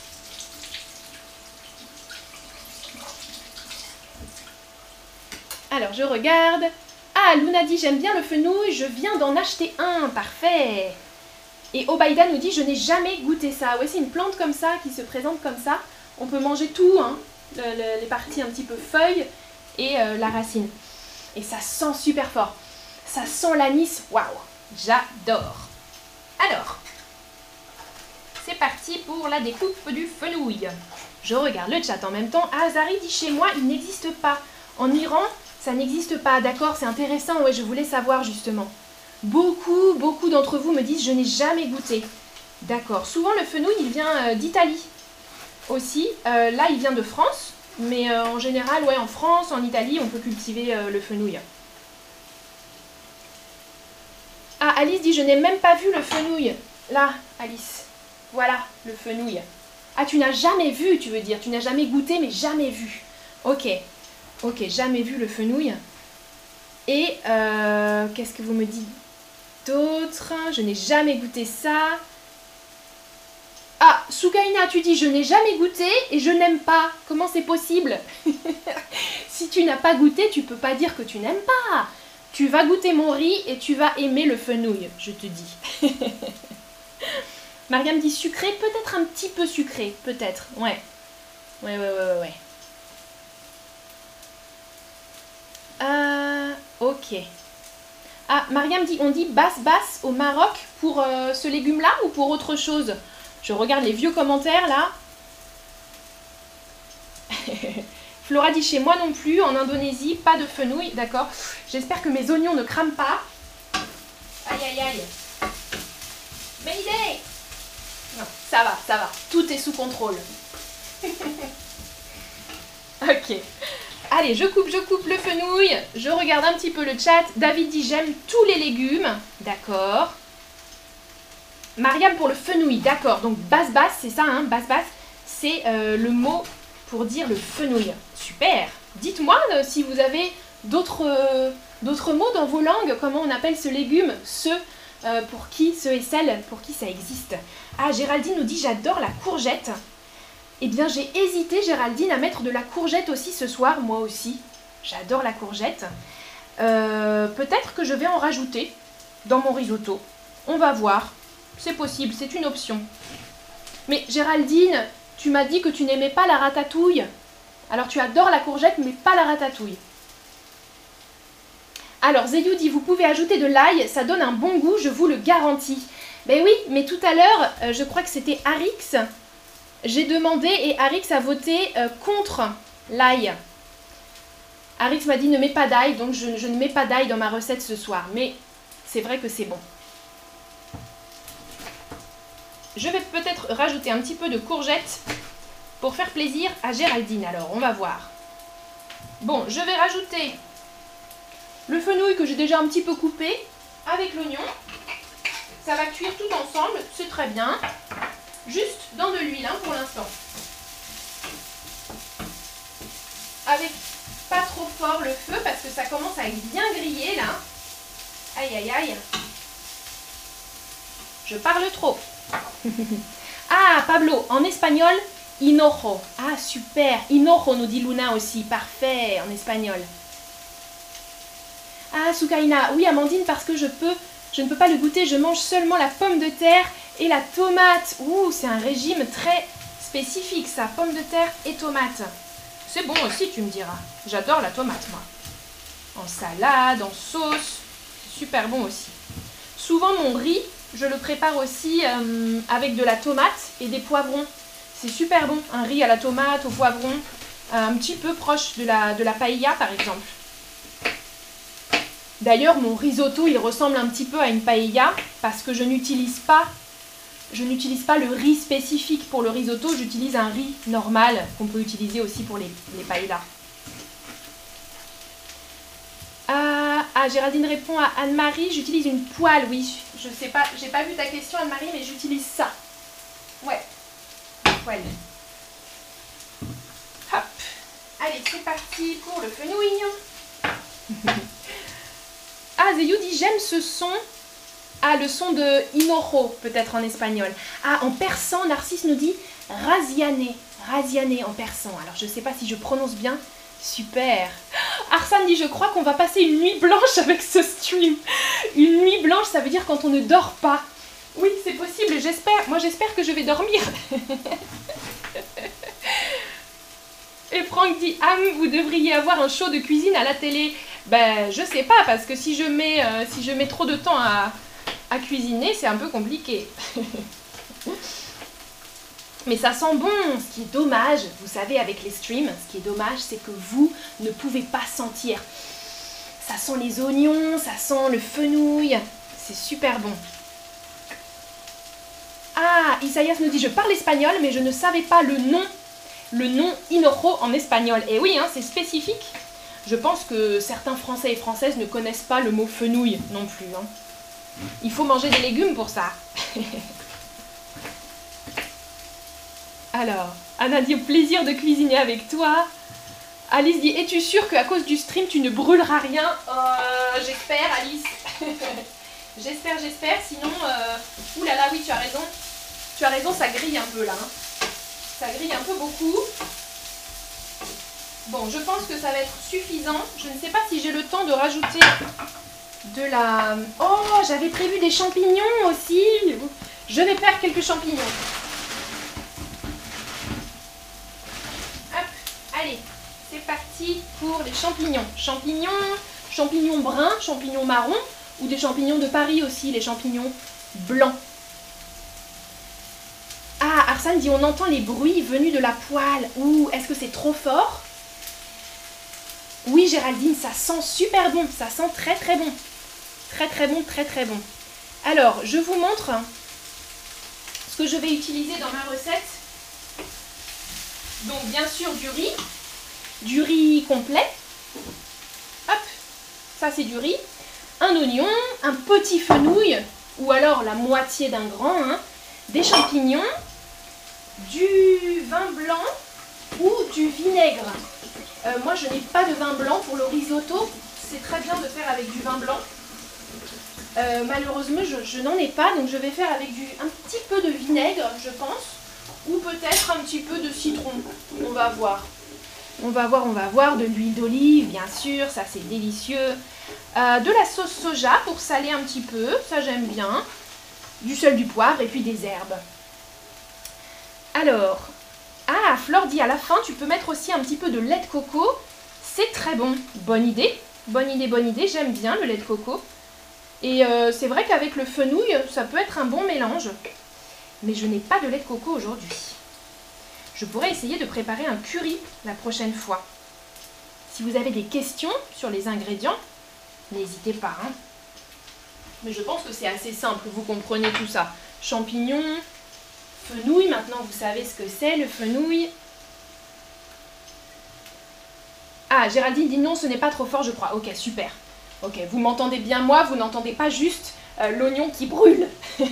Alors je regarde. Ah, Luna dit j'aime bien le fenouil, je viens d'en acheter un, parfait. Et Obaïda nous dit je n'ai jamais goûté ça. Ouais, c'est une plante comme ça qui se présente comme ça. On peut manger tout, hein. Le, le, les parties un petit peu feuilles et euh, la racine. Et ça sent super fort. Ça sent l'anis. Waouh, j'adore. Alors, c'est parti pour la découpe du fenouil. Je regarde le chat en même temps. Ah, Zari dit chez moi, il n'existe pas. En Iran, ça n'existe pas. D'accord, c'est intéressant. Ouais, je voulais savoir justement. Beaucoup, beaucoup d'entre vous me disent je n'ai jamais goûté. D'accord. Souvent, le fenouil, il vient euh, d'Italie. Aussi, euh, là il vient de France, mais euh, en général, ouais, en France, en Italie, on peut cultiver euh, le fenouil. Ah, Alice dit, je n'ai même pas vu le fenouil. Là, Alice, voilà le fenouil. Ah, tu n'as jamais vu, tu veux dire, tu n'as jamais goûté, mais jamais vu. Ok, ok, jamais vu le fenouil. Et, euh, qu'est-ce que vous me dites d'autre? Je n'ai jamais goûté ça. Ah, Soukaina, tu dis, je n'ai jamais goûté et je n'aime pas. Comment c'est possible? Si tu n'as pas goûté, tu peux pas dire que tu n'aimes pas. Tu vas goûter mon riz et tu vas aimer le fenouil, je te dis. Mariam dit sucré, peut-être un petit peu sucré, peut-être, ouais. Ouais, ouais, ouais, ouais, ouais. Euh, ok. Ah, Mariam dit, on dit basse-basse au Maroc pour euh, ce légume-là ou pour autre chose? Je regarde les vieux commentaires là. Flora dit chez moi non plus, en Indonésie, pas de fenouil, d'accord. J'espère que mes oignons ne crament pas. Aïe, aïe, aïe. Mayday! Non, ça va, ça va. Tout est sous contrôle. Ok. Allez, je coupe, je coupe le fenouil. Je regarde un petit peu le chat. David dit j'aime tous les légumes. D'accord. Mariam pour le fenouil. D'accord. Donc basse-basse, c'est ça, hein, basse-basse. C'est euh, le mot pour dire le fenouil. Super. Dites-moi euh, si vous avez d'autres euh, d'autres mots dans vos langues. Comment on appelle ce légume? Ceux euh, pour qui, ceux et celles pour qui ça existe. Ah, Géraldine nous dit j'adore la courgette. Eh bien, j'ai hésité, Géraldine, à mettre de la courgette aussi ce soir, moi aussi. J'adore la courgette. Euh, Peut-être que je vais en rajouter dans mon risotto. On va voir. C'est possible, c'est une option. Mais Géraldine, tu m'as dit que tu n'aimais pas la ratatouille. Alors, tu adores la courgette, mais pas la ratatouille. Alors, Zeyou dit, vous pouvez ajouter de l'ail, ça donne un bon goût, je vous le garantis. Ben oui, mais tout à l'heure, euh, je crois que c'était Arix. J'ai demandé et Arix a voté euh, contre l'ail. Arix m'a dit ne mets pas d'ail, donc je, je ne mets pas d'ail dans ma recette ce soir. Mais c'est vrai que c'est bon. Je vais peut-être rajouter un petit peu de courgette pour faire plaisir à Géraldine. Alors, on va voir. Bon, je vais rajouter le fenouil que j'ai déjà un petit peu coupé avec l'oignon. Ça va cuire tout ensemble, c'est très bien. Juste dans de l'huile hein, pour l'instant. Avec pas trop fort le feu parce que ça commence à être bien grillé là. Aïe aïe aïe. Je parle trop. Ah Pablo, en espagnol, hinojo. Ah super, hinojo nous dit Luna aussi. Parfait en espagnol. Ah Soukaina, oui Amandine parce que je peux, je ne peux pas le goûter, je mange seulement la pomme de terre. Et la tomate, ouh, c'est un régime très spécifique ça, pommes de terre et tomates. C'est bon aussi, tu me diras. J'adore la tomate, moi. En salade, en sauce, c'est super bon aussi. Souvent, mon riz, je le prépare aussi euh, avec de la tomate et des poivrons. C'est super bon, un riz à la tomate, au poivron, un petit peu proche de la, de la paella, par exemple. D'ailleurs, mon risotto, il ressemble un petit peu à une paella parce que je n'utilise pas Je n'utilise pas le riz spécifique pour le risotto, j'utilise un riz normal qu'on peut utiliser aussi pour les, les paellas. Ah, ah, Géraldine répond à Anne-Marie, j'utilise une poêle, oui. Je sais pas, j'ai pas vu ta question Anne-Marie, mais j'utilise ça. Ouais, une poêle. Hop. Allez, c'est parti pour le fenouil. Ah, Zeyou dit j'aime ce son. Ah, le son de hinojo, peut-être en espagnol. Ah, en persan, Narcisse nous dit raziané. Raziané en persan. Alors, je ne sais pas si je prononce bien. Super. Arsane dit, je crois qu'on va passer une nuit blanche avec ce stream. Une nuit blanche, ça veut dire quand on ne dort pas. Oui, c'est possible, j'espère. Moi, j'espère que je vais dormir. Et Franck dit, ah, vous devriez avoir un show de cuisine à la télé. Ben, je sais pas, parce que si je mets, euh, si je mets trop de temps à... à cuisiner, c'est un peu compliqué. Mais ça sent bon. Ce qui est dommage, vous savez, avec les streams, ce qui est dommage, c'est que vous ne pouvez pas sentir. Ça sent les oignons, ça sent le fenouil. C'est super bon. Ah, Isaïas nous dit, je parle espagnol, mais je ne savais pas le nom, le nom hinojo en espagnol. Et oui, hein, c'est spécifique. Je pense que certains Français et Françaises ne connaissent pas le mot fenouil non plus. Hein. Il faut manger des légumes pour ça. Alors, Anna dit au plaisir de cuisiner avec toi. Alice dit, es-tu sûre qu'à cause du stream, tu ne brûleras rien? euh, J'espère, Alice. J'espère, j'espère. Sinon, euh... ouh là là, oui, tu as raison. Tu as raison, ça grille un peu là. Hein. Ça grille un peu beaucoup. Bon, je pense que ça va être suffisant. Je ne sais pas si j'ai le temps de rajouter de la... Oh, j'avais prévu des champignons aussi. Je vais faire quelques champignons. Hop, allez, c'est parti pour les champignons. Champignons, champignons bruns, champignons marrons, ou des champignons de Paris aussi, les champignons blancs. Ah, Arsène dit on entend les bruits venus de la poêle. Ouh, est-ce que c'est trop fort? Oui, Géraldine, ça sent super bon. Ça sent très très bon. Très très bon, très très bon. Alors, je vous montre ce que je vais utiliser dans ma recette. Donc, bien sûr, du riz. Du riz complet. Hop, ça c'est du riz. Un oignon, un petit fenouil, ou alors la moitié d'un grand, hein, des champignons, du vin blanc ou du vinaigre. Euh, moi, je n'ai pas de vin blanc pour le risotto. C'est très bien de faire avec du vin blanc. Euh, malheureusement, je, je n'en ai pas, donc je vais faire avec du, un petit peu de vinaigre, je pense, ou peut-être un petit peu de citron. On va voir. On va voir, on va voir. De l'huile d'olive, bien sûr, ça c'est délicieux. Euh, de la sauce soja pour saler un petit peu, ça j'aime bien. Du sel, du poivre et puis des herbes. Alors, ah, Flore dit à la fin, tu peux mettre aussi un petit peu de lait de coco. C'est très bon. Bonne idée, bonne idée, bonne idée. J'aime bien le lait de coco. Et euh, c'est vrai qu'avec le fenouil, ça peut être un bon mélange. Mais je n'ai pas de lait de coco aujourd'hui. Je pourrais essayer de préparer un curry la prochaine fois. Si vous avez des questions sur les ingrédients, n'hésitez pas. Hein. Mais je pense que c'est assez simple, vous comprenez tout ça. Champignons, fenouil, maintenant vous savez ce que c'est le fenouil. Ah, Géraldine dit non, ce n'est pas trop fort, je crois. Ok, super. Ok, vous m'entendez bien moi, vous n'entendez pas juste euh, l'oignon qui brûle.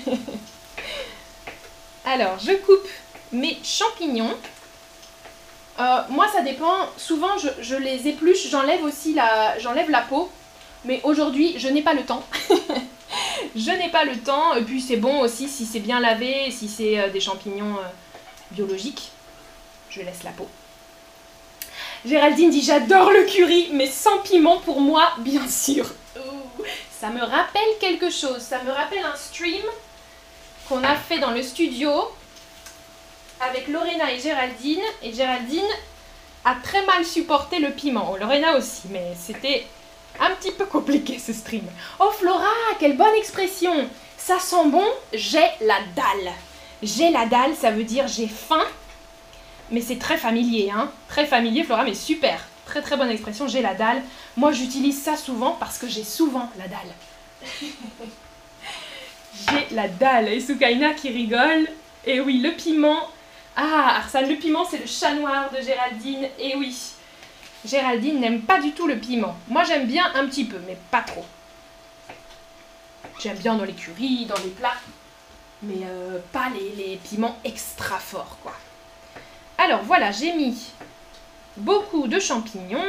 Alors, je coupe mes champignons. Euh, moi, ça dépend. Souvent, je, je les épluche, j'enlève aussi la, j'enlève la peau. Mais aujourd'hui, je n'ai pas le temps. Je n'ai pas le temps. Et puis, c'est bon aussi si c'est bien lavé, si c'est euh, des champignons euh, biologiques. Je laisse la peau. Géraldine dit j'adore le curry, mais sans piment pour moi, bien sûr. Ouh, ça me rappelle quelque chose. Ça me rappelle un stream qu'on a fait dans le studio avec Lorena et Géraldine. Et Géraldine a très mal supporté le piment. Oh, Lorena aussi, mais c'était un petit peu compliqué ce stream. Oh Flora, quelle bonne expression. Ça sent bon, j'ai la dalle. J'ai la dalle, ça veut dire j'ai faim. Mais c'est très familier, hein. Très familier, Flora, mais super. Très très bonne expression, j'ai la dalle. Moi, j'utilise ça souvent parce que j'ai souvent la dalle. J'ai la dalle. Et Soukaina qui rigole. Et oui, le piment. Ah, Arsane, le piment, c'est le chat noir de Géraldine. Et oui, Géraldine n'aime pas du tout le piment. Moi, j'aime bien un petit peu, mais pas trop. J'aime bien dans les currys, dans les plats. Mais euh, pas les, les piments extra forts, quoi. Alors voilà, j'ai mis beaucoup de champignons.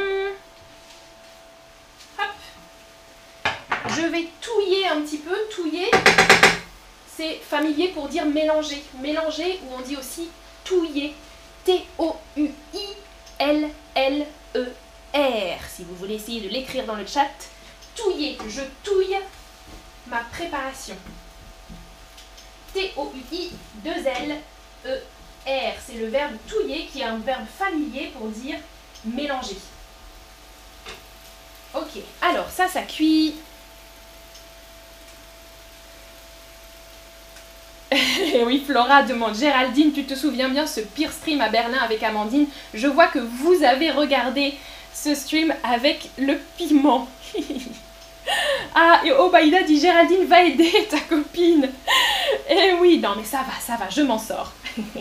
Hop. Je vais touiller un petit peu. Touiller, c'est familier pour dire mélanger. Mélanger, ou on dit aussi touiller. T O U I L L E R. Si vous voulez essayer de l'écrire dans le chat. Touiller, je touille ma préparation. T O U I deux L E R. R, c'est le verbe touiller qui est un verbe familier pour dire mélanger. Ok, alors ça, ça cuit. Et oui, Flora demande, Géraldine, tu te souviens bien ce pire stream à Berlin avec Amandine? Je vois que vous avez regardé ce stream avec le piment. Ah, et Obaïda dit, Géraldine va aider ta copine. Eh oui, non mais ça va, ça va, je m'en sors.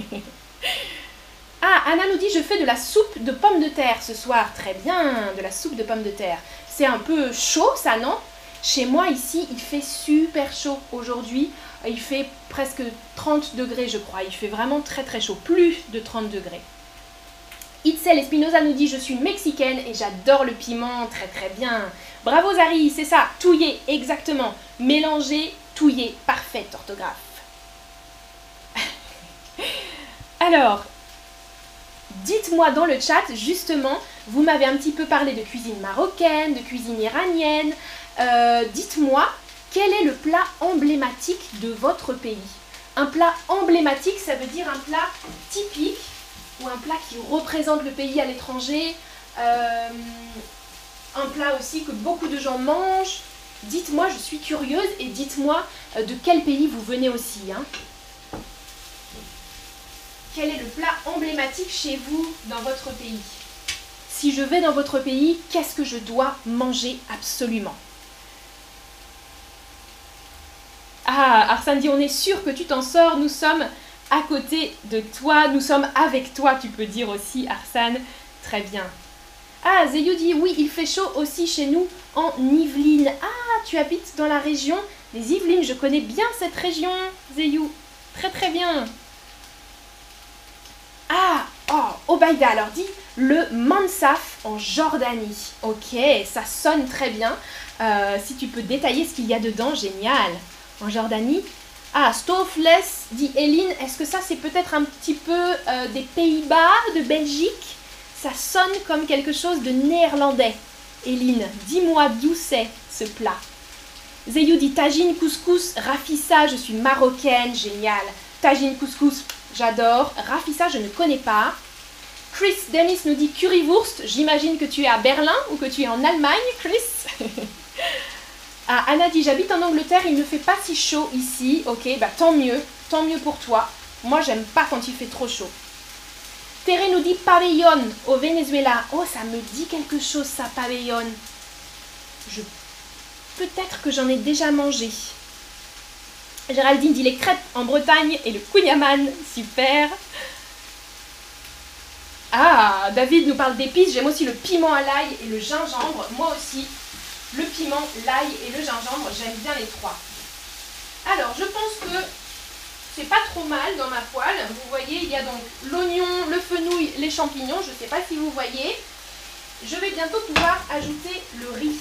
Ah, Anna nous dit, je fais de la soupe de pommes de terre ce soir. Très bien, de la soupe de pommes de terre. C'est un peu chaud ça, non? Chez moi ici, il fait super chaud aujourd'hui. Il fait presque trente degrés, je crois. Il fait vraiment très très chaud, plus de trente degrés. Itzel Espinoza nous dit, je suis mexicaine et j'adore le piment. Très très bien. Bravo Zari, c'est ça, touiller, exactement. Mélanger, touiller, parfaite orthographe. Alors, dites-moi dans le chat, justement, vous m'avez un petit peu parlé de cuisine marocaine, de cuisine iranienne. Euh, dites-moi, quel est le plat emblématique de votre pays? Un plat emblématique, ça veut dire un plat typique ou un plat qui représente le pays à l'étranger. Euh, un plat aussi que beaucoup de gens mangent. Dites-moi, je suis curieuse, et dites-moi euh, de quel pays vous venez aussi. Hein. Quel est le plat emblématique chez vous, dans votre pays? si je vais dans votre pays, qu'est-ce que je dois manger absolument? Ah, Arsène dit, on est sûr que tu t'en sors, nous sommes à côté de toi, nous sommes avec toi, tu peux dire aussi, Arsène. Très bien. Ah, Zeyou dit, oui, il fait chaud aussi chez nous en Yvelines. Ah, tu habites dans la région des Yvelines, je connais bien cette région, Zeyou. Très très bien. Ah, oh, Obaïda alors dit, le Mansaf en Jordanie. Ok, ça sonne très bien. Euh, si tu peux détailler ce qu'il y a dedans, génial. En Jordanie. Ah, Stoofles, dit Eline, est-ce que ça c'est peut-être un petit peu euh, des Pays-Bas, de Belgique? Ça sonne comme quelque chose de néerlandais. Eline, dis-moi d'où c'est ce plat. Zeyou dit tagine, couscous, rafissa, je suis marocaine, génial. Tagine, couscous, j'adore. Rafissa, je ne connais pas. Chris Dennis nous dit currywurst, j'imagine que tu es à Berlin ou que tu es en Allemagne, Chris. Ah, Anna dit, j'habite en Angleterre, il ne fait pas si chaud ici. Ok, bah tant mieux, tant mieux pour toi. Moi, j'aime pas quand il fait trop chaud. Terre nous dit pabellon au Venezuela. Oh, ça me dit quelque chose, ça, pabellon. Je... Peut-être que j'en ai déjà mangé. Géraldine dit les crêpes en Bretagne et le kouign-amann. Super. Ah, David nous parle d'épices. J'aime aussi le piment à l'ail et le gingembre. Moi aussi. Le piment, l'ail et le gingembre, j'aime bien les trois. Alors, je pense que c'est pas trop mal dans ma poêle. Vous voyez, il y a donc l'oignon, le fenouil, les champignons. Je ne sais pas si vous voyez. Je vais bientôt pouvoir ajouter le riz.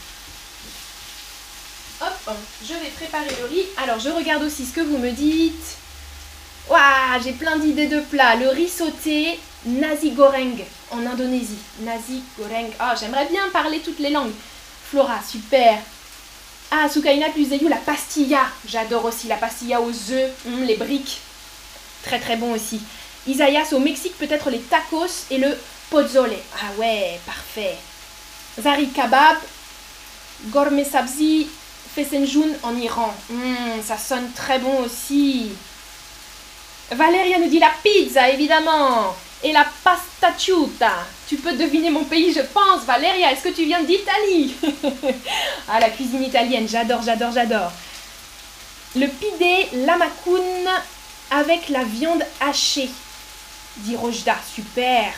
Hop, je vais préparer le riz. Alors, je regarde aussi ce que vous me dites. Waouh, j'ai plein d'idées de plats. Le riz sauté, nasi goreng en Indonésie. Nasi goreng. Ah, oh, j'aimerais bien parler toutes les langues. Flora, super. Ah, Soukaina plus Zeyou, la pastilla. J'adore aussi la pastilla aux œufs, hum, les briques. Très très bon aussi. Isaias, au Mexique, peut-être les tacos et le pozole. Ah ouais, parfait. Zari kebab, gourmet sabzi, fesenjoun en Iran. Hum, ça sonne très bon aussi. Valéria nous dit la pizza, évidemment. Et la pastacciuta. Tu peux deviner mon pays, je pense. Valéria, est-ce que tu viens d'Italie? Ah, la cuisine italienne, j'adore, j'adore, j'adore. Le pidé lamakoun avec la viande hachée, dit Rojda. Super.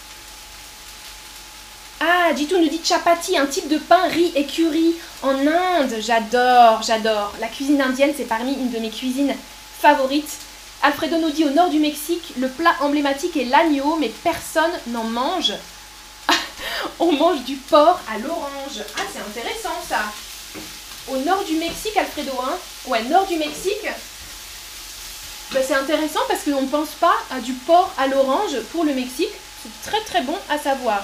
Ah, Jitu nous dit chapati, un type de pain, riz et curry en Inde. J'adore, j'adore. La cuisine indienne, c'est parmi une de mes cuisines favorites. Alfredo nous dit au nord du Mexique, le plat emblématique est l'agneau, mais personne n'en mange. On mange du porc à l'orange. Ah, c'est intéressant ça. Au nord du Mexique, Alfredo, hein? Ouais, nord du Mexique. Ben, c'est intéressant parce qu'on ne pense pas à du porc à l'orange pour le Mexique. C'est très très bon à savoir.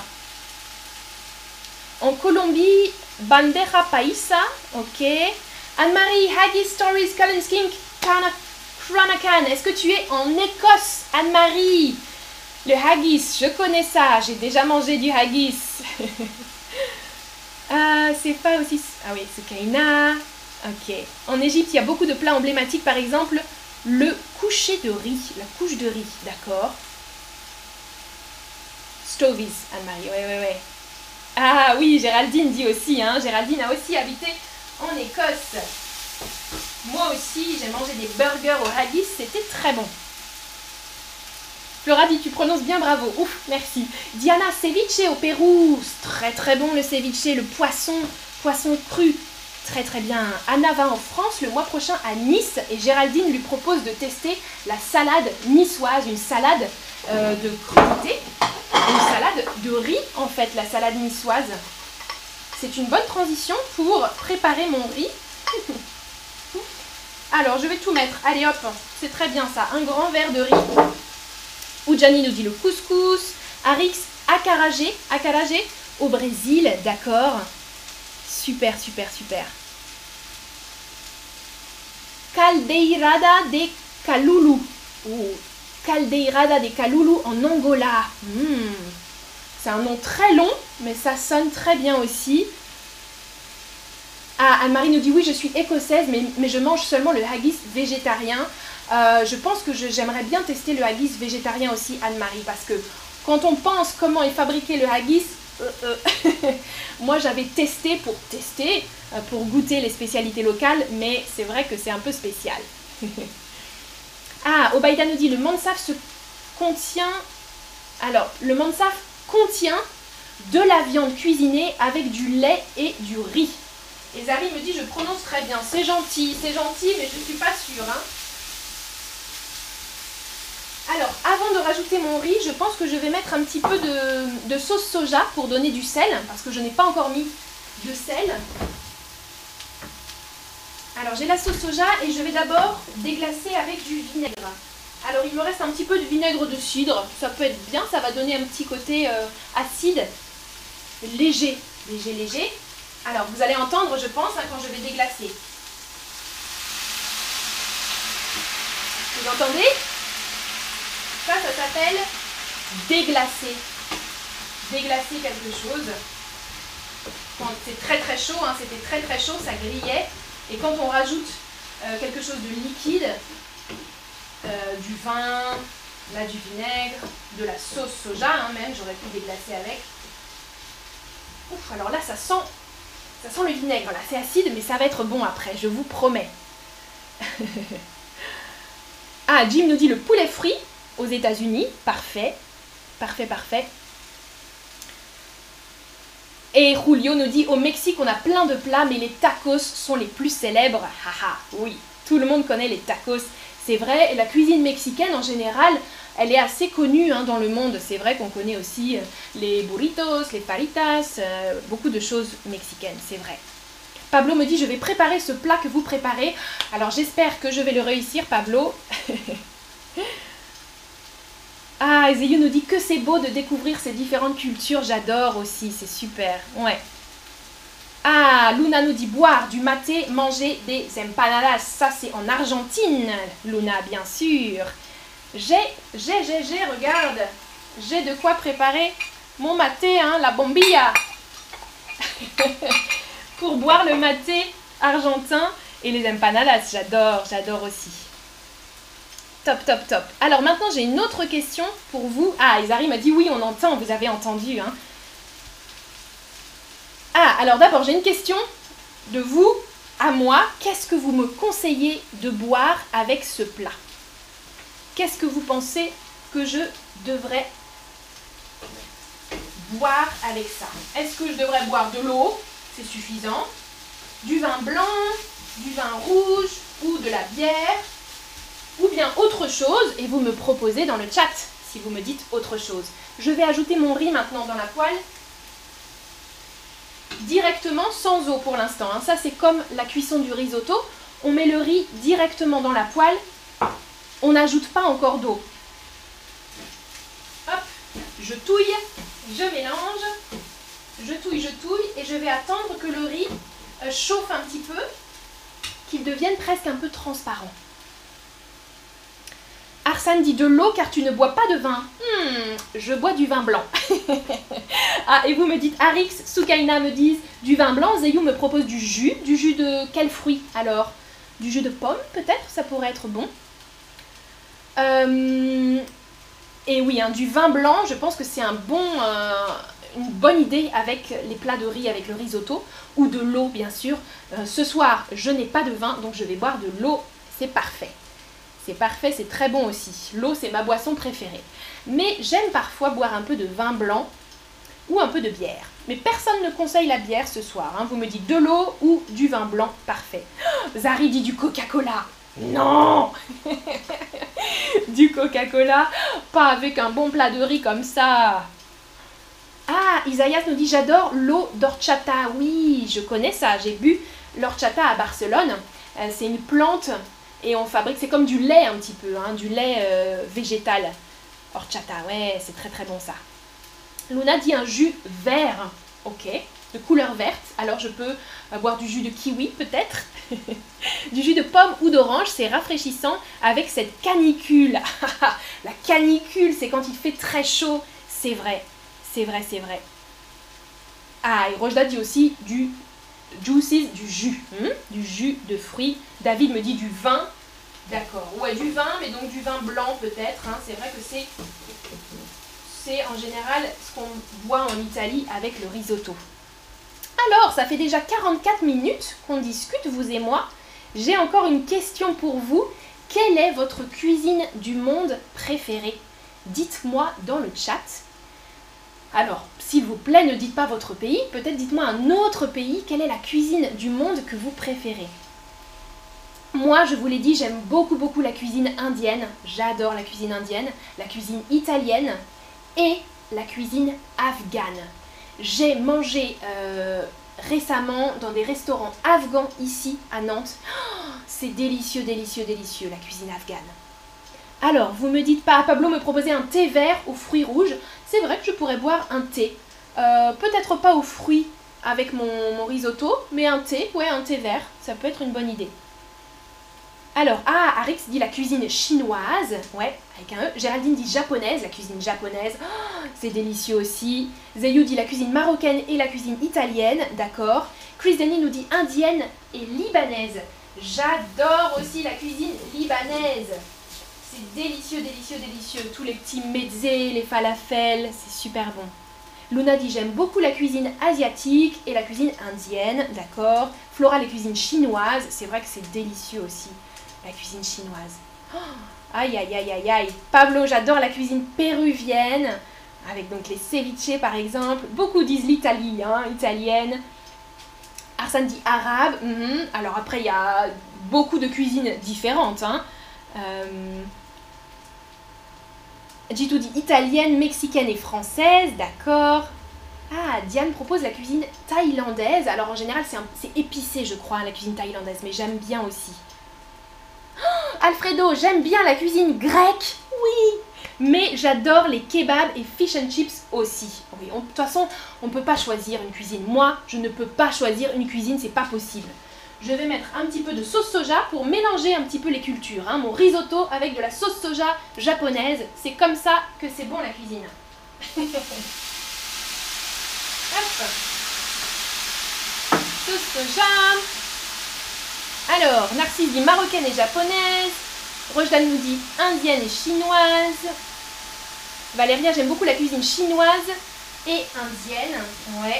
En Colombie, bandeja paisa, ok. Anne-Marie, Haggis Stories, Cullen Skink, Kana. Cranacan, est-ce que tu es en Écosse, Anne-Marie? Le haggis, je connais ça, j'ai déjà mangé du haggis. Ah, c'est pas aussi... Ah oui, c'est Kaina. Ok. En Égypte, il y a beaucoup de plats emblématiques, par exemple, le coucher de riz, la couche de riz, d'accord. Stovies, Anne-Marie, ouais, ouais, ouais. Ah oui, Géraldine dit aussi, hein, Géraldine a aussi habité en Écosse. Moi aussi, j'ai mangé des burgers au haggis, c'était très bon. Flora dit, tu prononces bien, bravo. Ouf, merci. Diana, ceviche au Pérou. Très très bon le ceviche, le poisson, poisson cru. Très très bien. Anna va en France le mois prochain à Nice et Géraldine lui propose de tester la salade niçoise, une salade euh, de crudité, une salade de riz en fait, la salade niçoise. C'est une bonne transition pour préparer mon riz. Alors, je vais tout mettre. Allez, hop, c'est très bien ça. Un grand verre de riz. Oudjani nous dit le couscous. Arix, acarajé. Acarajé au Brésil, d'accord. Super, super, super. Caldeirada de Calulu. Oh, Caldeirada de Calulu en Angola. Mmh. C'est un nom très long, mais ça sonne très bien aussi. Ah, Anne-Marie nous dit oui, je suis écossaise, mais, mais je mange seulement le haggis végétarien. Euh, je pense que j'aimerais bien tester le haggis végétarien aussi, Anne-Marie, parce que quand on pense comment est fabriqué le haggis, euh, euh, moi j'avais testé pour tester, euh, pour goûter les spécialités locales, mais c'est vrai que c'est un peu spécial. Ah, Obaïda nous dit, le mansaf se contient... Alors, le mansaf contient de la viande cuisinée avec du lait et du riz. Et Zari me dit, je prononce très bien. C'est gentil, c'est gentil, mais je ne suis pas sûre. Hein. Alors, avant de rajouter mon riz, je pense que je vais mettre un petit peu de, de sauce soja pour donner du sel, parce que je n'ai pas encore mis de sel. Alors, j'ai la sauce soja et je vais d'abord déglacer avec du vinaigre. Alors, il me reste un petit peu de vinaigre de cidre. Ça peut être bien, ça va donner un petit côté euh, acide, léger, léger, léger. Alors, vous allez entendre, je pense, hein, quand je vais déglacer. Vous entendez ? Ça, ça s'appelle déglacer. Déglacer quelque chose. Quand c'est très très chaud, hein, c'était très très chaud, ça grillait. Et quand on rajoute euh, quelque chose de liquide, euh, du vin, là du vinaigre, de la sauce soja, hein, même, j'aurais pu déglacer avec. Ouf, alors là, ça sent, ça sent le vinaigre, là, c'est acide, mais ça va être bon après, je vous promets. Ah, Jim nous dit le poulet frit aux États-Unis, parfait, parfait, parfait. Et Julio nous dit, au Mexique, on a plein de plats, mais les tacos sont les plus célèbres. Haha, oui, tout le monde connaît les tacos, c'est vrai. Et la cuisine mexicaine, en général, elle est assez connue hein, dans le monde. C'est vrai qu'on connaît aussi les burritos, les fajitas, euh, beaucoup de choses mexicaines, c'est vrai. Pablo me dit, je vais préparer ce plat que vous préparez. Alors, j'espère que je vais le réussir, Pablo. Ah, Ezeyou nous dit que c'est beau de découvrir ces différentes cultures. J'adore aussi, c'est super. Ouais. Ah, Luna nous dit boire du maté, manger des empanadas. Ça, c'est en Argentine, Luna, bien sûr. J'ai, j'ai, j'ai, j'ai, regarde. J'ai de quoi préparer mon maté, hein, la bombilla. Pour boire le maté argentin et les empanadas. J'adore, j'adore aussi. Top, top, top. Alors maintenant, j'ai une autre question pour vous. Ah, Isari m'a dit oui, on entend, vous avez entendu. Hein. Ah, alors d'abord, j'ai une question de vous à moi. Qu'est-ce que vous me conseillez de boire avec ce plat? Qu'est-ce que vous pensez que je devrais boire avec ça? Est-ce que je devrais boire de l'eau? C'est suffisant. Du vin blanc, du vin rouge ou de la bière? Ou bien autre chose, et vous me proposez dans le chat, si vous me dites autre chose. Je vais ajouter mon riz maintenant dans la poêle, directement sans eau pour l'instant. Hein. Ça, c'est comme la cuisson du risotto. On met le riz directement dans la poêle, on n'ajoute pas encore d'eau. Hop, je touille, je mélange, je touille, je touille, et je vais attendre que le riz euh, chauffe un petit peu, qu'il devienne presque un peu transparent. Arsène dit de l'eau car tu ne bois pas de vin. Hmm, je bois du vin blanc. Ah, et vous me dites, Arix, Soukaina me disent du vin blanc. Zeyou me propose du jus. Du jus de quel fruit alors? Du jus de pomme peut-être? Ça pourrait être bon. Euh, et oui, hein, du vin blanc, je pense que c'est un bon, euh, une bonne idée avec les plats de riz, avec le risotto. Ou de l'eau bien sûr. Euh, ce soir, je n'ai pas de vin, donc je vais boire de l'eau. C'est parfait. C'est parfait, c'est très bon aussi. L'eau, c'est ma boisson préférée. Mais j'aime parfois boire un peu de vin blanc ou un peu de bière. Mais personne ne conseille la bière ce soir. Hein. Vous me dites de l'eau ou du vin blanc, parfait. Oh, Zari dit du Coca-Cola. Non. Du Coca-Cola, pas avec un bon plat de riz comme ça. Ah, Isaïas nous dit, j'adore l'eau d'horchata. Oui, je connais ça, j'ai bu l'horchata à Barcelone. Euh, c'est une plante... Et on fabrique, c'est comme du lait un petit peu, hein, du lait euh, végétal. Horchata, ouais, c'est très très bon ça. Luna dit un jus vert, ok, de couleur verte. Alors je peux euh, boire du jus de kiwi peut-être. Du jus de pomme ou d'orange, c'est rafraîchissant avec cette canicule. La canicule, c'est quand il fait très chaud. C'est vrai, c'est vrai, c'est vrai. Ah, et Rojda dit aussi du... juices, du jus, hmm? Du jus de fruits. David me dit du vin. D'accord, ouais, du vin, mais donc du vin blanc peut-être. Hein? C'est vrai que c'est c'est en général ce qu'on boit en Italie avec le risotto. Alors, ça fait déjà quarante-quatre minutes qu'on discute, vous et moi. J'ai encore une question pour vous. Quelle est votre cuisine du monde préférée? Dites-moi dans le chat. Alors, s'il vous plaît, ne dites pas votre pays. Peut-être dites-moi un autre pays. Quelle est la cuisine du monde que vous préférez? Moi, je vous l'ai dit, j'aime beaucoup, beaucoup la cuisine indienne. J'adore la cuisine indienne, la cuisine italienne et la cuisine afghane. J'ai mangé euh, récemment dans des restaurants afghans ici à Nantes. Oh, c'est délicieux, délicieux, délicieux, la cuisine afghane. Alors, vous me dites pas, Pablo me proposait un thé vert aux fruits rouges. C'est vrai que je pourrais boire un thé. Euh, Peut-être pas aux fruits avec mon, mon risotto, mais un thé, ouais, un thé vert, ça peut être une bonne idée. Alors, ah, Arix dit la cuisine chinoise, ouais, avec un E. Géraldine dit japonaise, la cuisine japonaise, oh, c'est délicieux aussi. Zeyou dit la cuisine marocaine et la cuisine italienne, d'accord. Chris Denny nous dit indienne et libanaise. J'adore aussi la cuisine libanaise. C'est délicieux, délicieux, délicieux. Tous les petits mezzés, les falafels, c'est super bon. Luna dit j'aime beaucoup la cuisine asiatique et la cuisine indienne, d'accord. Flora, les cuisines chinoises, c'est vrai que c'est délicieux aussi. La cuisine chinoise. Oh, aïe, aïe, aïe, aïe, aïe. Pablo, j'adore la cuisine péruvienne, avec donc les ceviches par exemple. Beaucoup disent l'Italie, hein, italienne. Arsène dit arabe. Mm-hmm. Alors après, il y a beaucoup de cuisines différentes. Hein. Euh... Jitou dit italienne, mexicaine et française, d'accord. Ah, Diane propose la cuisine thaïlandaise. Alors en général, c'est épicé, je crois, hein, la cuisine thaïlandaise, mais j'aime bien aussi. Oh, Alfredo, j'aime bien la cuisine grecque, oui, mais j'adore les kebabs et fish and chips aussi. Oui, on, de toute façon, on ne peut pas choisir une cuisine. Moi, je ne peux pas choisir une cuisine, c'est pas possible. Je vais mettre un petit peu de sauce soja pour mélanger un petit peu les cultures. Hein. Mon risotto avec de la sauce soja japonaise, c'est comme ça que c'est bon la cuisine. Hop. Sauce soja. Alors, Narcisse dit marocaine et japonaise. Rojdane nous dit indienne et chinoise. Valéria, j'aime beaucoup la cuisine chinoise et indienne. Ouais.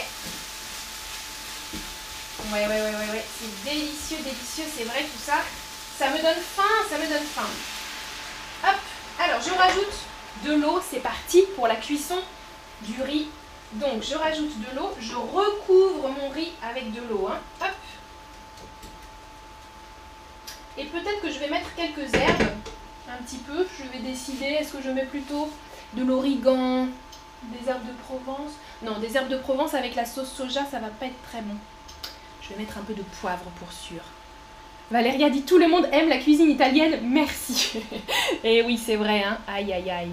Ouais, ouais, ouais, ouais, ouais. C'est délicieux, délicieux, c'est vrai tout ça. Ça me donne faim, ça me donne faim. Hop, alors je rajoute de l'eau, c'est parti pour la cuisson du riz. Donc je rajoute de l'eau, je recouvre mon riz avec de l'eau. Hein. Hop. Et peut-être que je vais mettre quelques herbes, un petit peu. Je vais décider, est-ce que je mets plutôt de l'origan, des herbes de Provence? Non, des herbes de Provence avec la sauce soja, ça va pas être très bon. Je vais mettre un peu de poivre pour sûr. Valéria dit tout le monde aime la cuisine italienne, merci. Et oui, c'est vrai, hein. Aïe, aïe, aïe.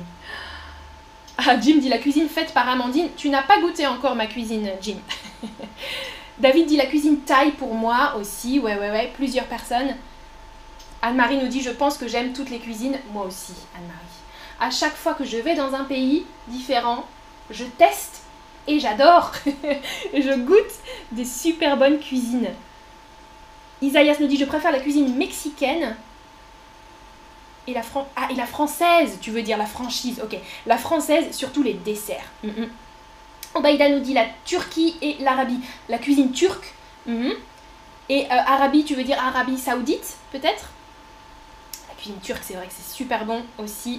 Ah, Jim dit la cuisine faite par Amandine. Tu n'as pas goûté encore ma cuisine, Jim. David dit la cuisine thaï pour moi aussi. Ouais, ouais, ouais, plusieurs personnes. Anne-Marie nous dit je pense que j'aime toutes les cuisines. Moi aussi, Anne-Marie. À chaque fois que je vais dans un pays différent, je teste et j'adore. Je goûte des super bonnes cuisines. Isaïas nous dit je préfère la cuisine mexicaine et la, fran ah, et la française, tu veux dire la franchise, ok. La française, surtout les desserts. Mm -hmm. Obaïda nous dit la Turquie et l'Arabie. La cuisine turque. Mm -hmm. Et euh, Arabie, tu veux dire Arabie Saoudite, peut-être? La cuisine turque, c'est vrai que c'est super bon aussi.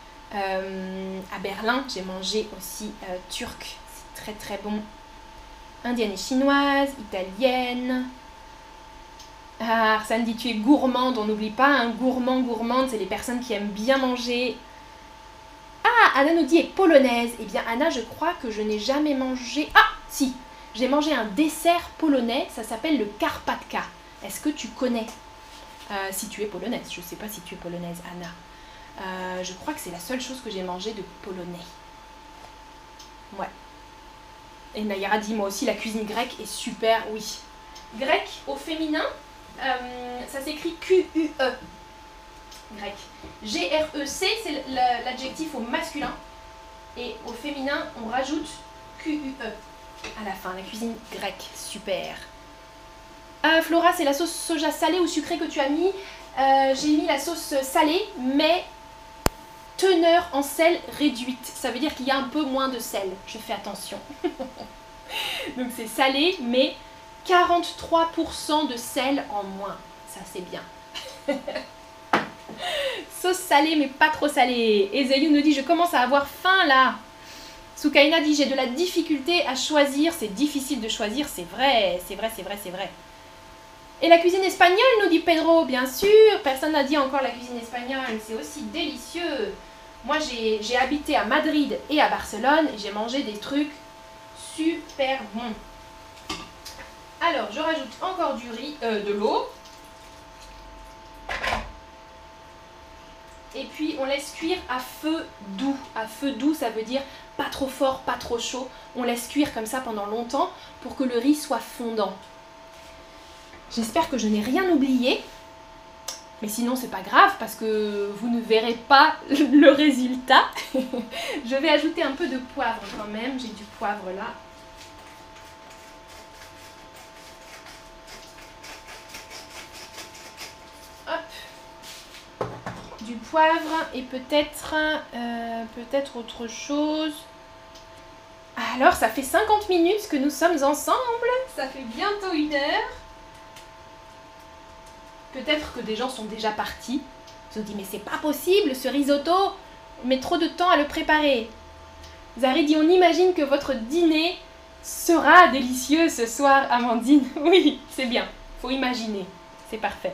Euh, à Berlin, j'ai mangé aussi euh, turc. C'est très très bon. Indienne et chinoise, italienne. Ah, Arsène dit tu es gourmande, on n'oublie pas, hein, gourmand, gourmande, c'est les personnes qui aiment bien manger. Ah, Anna nous dit est polonaise. Eh bien Anna, je crois que je n'ai jamais mangé... Ah, si, j'ai mangé un dessert polonais, ça s'appelle le Karpatka. Est-ce que tu connais? euh, Si tu es polonaise, je ne sais pas si tu es polonaise, Anna. Euh, je crois que c'est la seule chose que j'ai mangé de polonais. Ouais. Et Nayara dit moi aussi la cuisine grecque est super, oui. Grec au féminin, euh, ça s'écrit Q U E. Grec. G R E C, c'est l'adjectif au masculin. Et au féminin, on rajoute Q U E à la fin. La cuisine grecque, super. Euh, Flora, c'est la sauce soja salée ou sucrée que tu as mis. Euh, j'ai mis la sauce salée, mais teneur en sel réduite. Ça veut dire qu'il y a un peu moins de sel. Je fais attention. Donc c'est salé, mais quarante-trois pour cent de sel en moins. Ça, c'est bien. Sauce salée, mais pas trop salée. Et Zayou nous dit, je commence à avoir faim là. Soukaina dit, j'ai de la difficulté à choisir. C'est difficile de choisir, c'est vrai. C'est vrai, c'est vrai, c'est vrai. Et la cuisine espagnole, nous dit Pedro, bien sûr. Personne n'a dit encore la cuisine espagnole. C'est aussi délicieux. Moi, j'ai habité à Madrid et à Barcelone. Et j'ai mangé des trucs super bons. Alors, je rajoute encore du riz, euh, de l'eau. Et puis, on laisse cuire à feu doux. À feu doux, ça veut dire pas trop fort, pas trop chaud. On laisse cuire comme ça pendant longtemps pour que le riz soit fondant. J'espère que je n'ai rien oublié. Mais sinon, c'est pas grave parce que vous ne verrez pas le résultat. Je vais ajouter un peu de poivre quand même. J'ai du poivre là. Hop. Du poivre et peut-être euh, peut-être autre chose. Alors, ça fait cinquante minutes que nous sommes ensemble. Ça fait bientôt une heure. Peut-être que des gens sont déjà partis. Ils se sont dit, mais c'est pas possible, ce risotto, on met trop de temps à le préparer. Zari dit, on imagine que votre dîner sera délicieux ce soir, Amandine. Oui, c'est bien, faut imaginer, c'est parfait.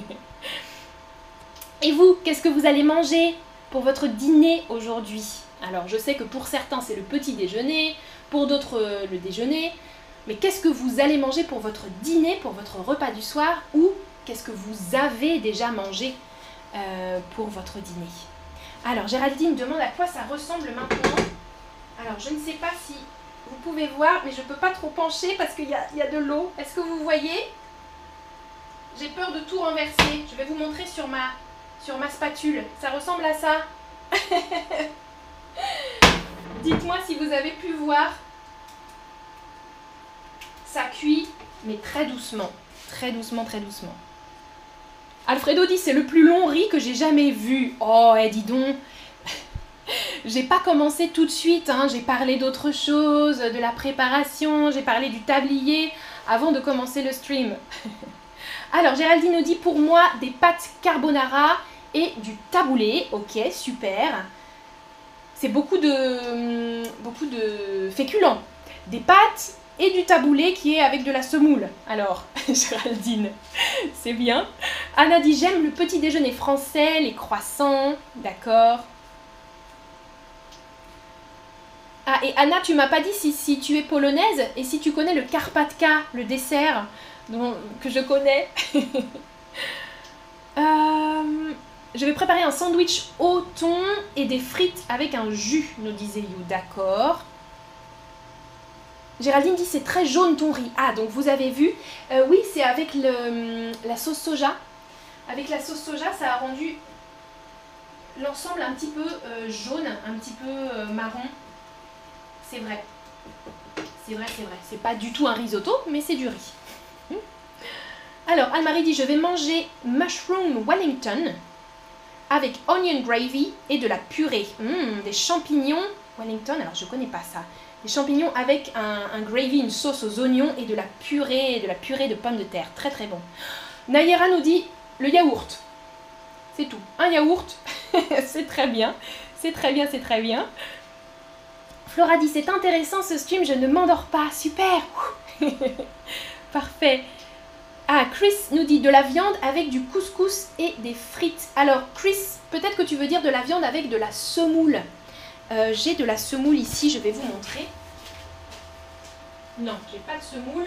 Et vous, qu'est-ce que vous allez manger pour votre dîner aujourd'hui? Alors, je sais que pour certains, c'est le petit déjeuner, pour d'autres, euh, le déjeuner. Mais qu'est-ce que vous allez manger pour votre dîner, pour votre repas du soir, ou qu'est-ce que vous avez déjà mangé euh, pour votre dîner? Alors, Géraldine demande à quoi ça ressemble maintenant. Alors, je ne sais pas si vous pouvez voir, mais je ne peux pas trop pencher parce qu'il y a, y a de l'eau. Est-ce que vous voyez? J'ai peur de tout renverser. Je vais vous montrer sur ma, sur ma spatule. Ça ressemble à ça. Dites-moi si vous avez pu voir. Ça cuit, mais très doucement. Très doucement, très doucement. Alfredo dit, c'est le plus long riz que j'ai jamais vu. Oh, eh, dis donc. J'ai pas commencé tout de suite, hein. J'ai parlé d'autre chose, de la préparation, j'ai parlé du tablier avant de commencer le stream. Alors, Géraldine nous dit, pour moi, des pâtes carbonara et du taboulé. Ok, super. C'est beaucoup de, beaucoup de féculents. Des pâtes et du taboulé qui est avec de la semoule. Alors, Géraldine, c'est bien. Anna dit, j'aime le petit déjeuner français, les croissants. D'accord. Ah, et Anna, tu m'as pas dit si, si tu es polonaise et si tu connais le Karpatka, le dessert dont, que je connais. euh, je vais préparer un sandwich au thon et des frites avec un jus, nous disait You. D'accord. Géraldine dit, c'est très jaune ton riz. Ah, donc vous avez vu. Euh, oui, c'est avec le, la sauce soja. Avec la sauce soja, ça a rendu l'ensemble un petit peu euh, jaune, un petit peu euh, marron. C'est vrai. C'est vrai, c'est vrai. C'est pas du tout un risotto, mais c'est du riz. Alors, Anne-Marie dit, je vais manger mushroom Wellington avec onion gravy et de la purée. Mmh, des champignons Wellington, alors je connais pas ça. Des champignons avec un, un gravy, une sauce aux oignons et de la purée, de la purée de pommes de terre. Très très bon. Nayera nous dit, le yaourt. C'est tout. Un yaourt, c'est très bien. C'est très bien, c'est très bien. Flora dit, c'est intéressant ce stream, je ne m'endors pas. Super. Parfait. Ah, Chris nous dit, de la viande avec du couscous et des frites. Alors, Chris, peut-être que tu veux dire de la viande avec de la semoule. Euh, j'ai de la semoule ici, je vais vous montrer. Non, j'ai pas de semoule.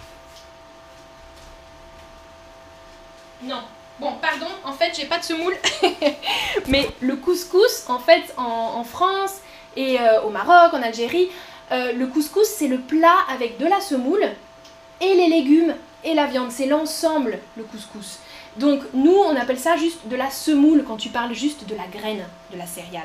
Non. Bon, pardon, en fait, j'ai pas de semoule. Mais le couscous, en fait, en, en France et euh, au Maroc, en Algérie, euh, le couscous, c'est le plat avec de la semoule et les légumes et la viande. C'est l'ensemble, le couscous. Donc, nous, on appelle ça juste de la semoule quand tu parles juste de la graine, de la céréale.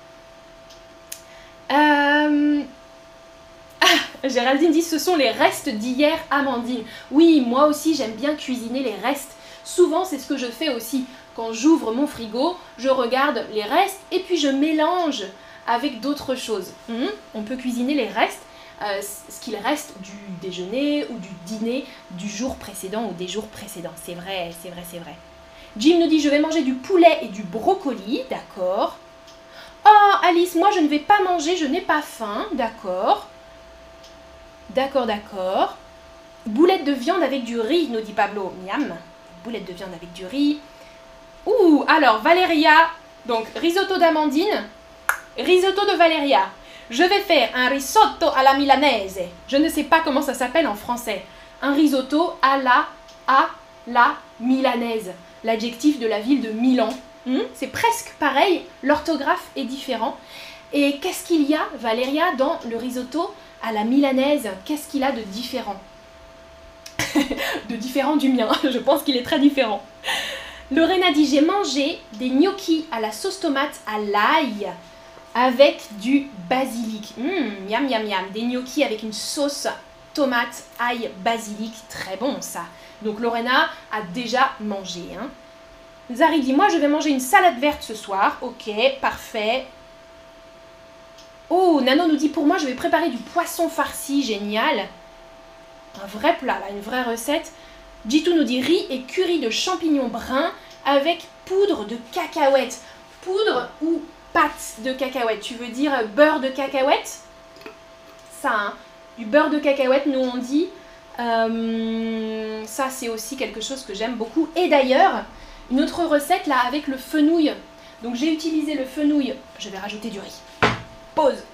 Euh... Ah, Géraldine dit, ce sont les restes d'hier, Amandine. Oui, moi aussi, j'aime bien cuisiner les restes. Souvent, c'est ce que je fais aussi quand j'ouvre mon frigo, je regarde les restes et puis je mélange avec d'autres choses. Mmh. On peut cuisiner les restes, euh, ce qu'il reste du déjeuner ou du dîner du jour précédent ou des jours précédents. C'est vrai, c'est vrai, c'est vrai. Jim nous dit, je vais manger du poulet et du brocoli, d'accord. Oh, Alice, moi je ne vais pas manger, je n'ai pas faim, d'accord. D'accord, d'accord. Boulette de viande avec du riz, nous dit Pablo. Miam. Boulette de viande avec du riz. Ouh, alors Valéria, donc risotto d'Amandine, risotto de Valéria. Je vais faire un risotto à la milanaise. Je ne sais pas comment ça s'appelle en français. Un risotto à la, à la milanaise. L'adjectif de la ville de Milan. Hmm, c'est presque pareil, l'orthographe est différent. Et qu'est-ce qu'il y a, Valéria, dans le risotto à la milanaise? Qu'est-ce qu'il a de différent? De différent du mien, je pense qu'il est très différent. Lorena dit, j'ai mangé des gnocchis à la sauce tomate à l'ail avec du basilic. Mmh, miam, miam, miam. Des gnocchis avec une sauce tomate, ail, basilic. Très bon, ça. Donc, Lorena a déjà mangé. Hein. Zari dit, moi, je vais manger une salade verte ce soir. Ok, parfait. Oh, Nano nous dit, pour moi, je vais préparer du poisson farci. Génial. Un vrai plat, là, une vraie recette. Jitu nous dit, riz et curry de champignons bruns avec poudre de cacahuètes. Poudre ou pâte de cacahuètes? Tu veux dire beurre de cacahuètes? Ça, hein. Du beurre de cacahuètes, nous on dit. Euh, ça, c'est aussi quelque chose que j'aime beaucoup. Et d'ailleurs, une autre recette là avec le fenouil. Donc j'ai utilisé le fenouil. Je vais rajouter du riz. Pause.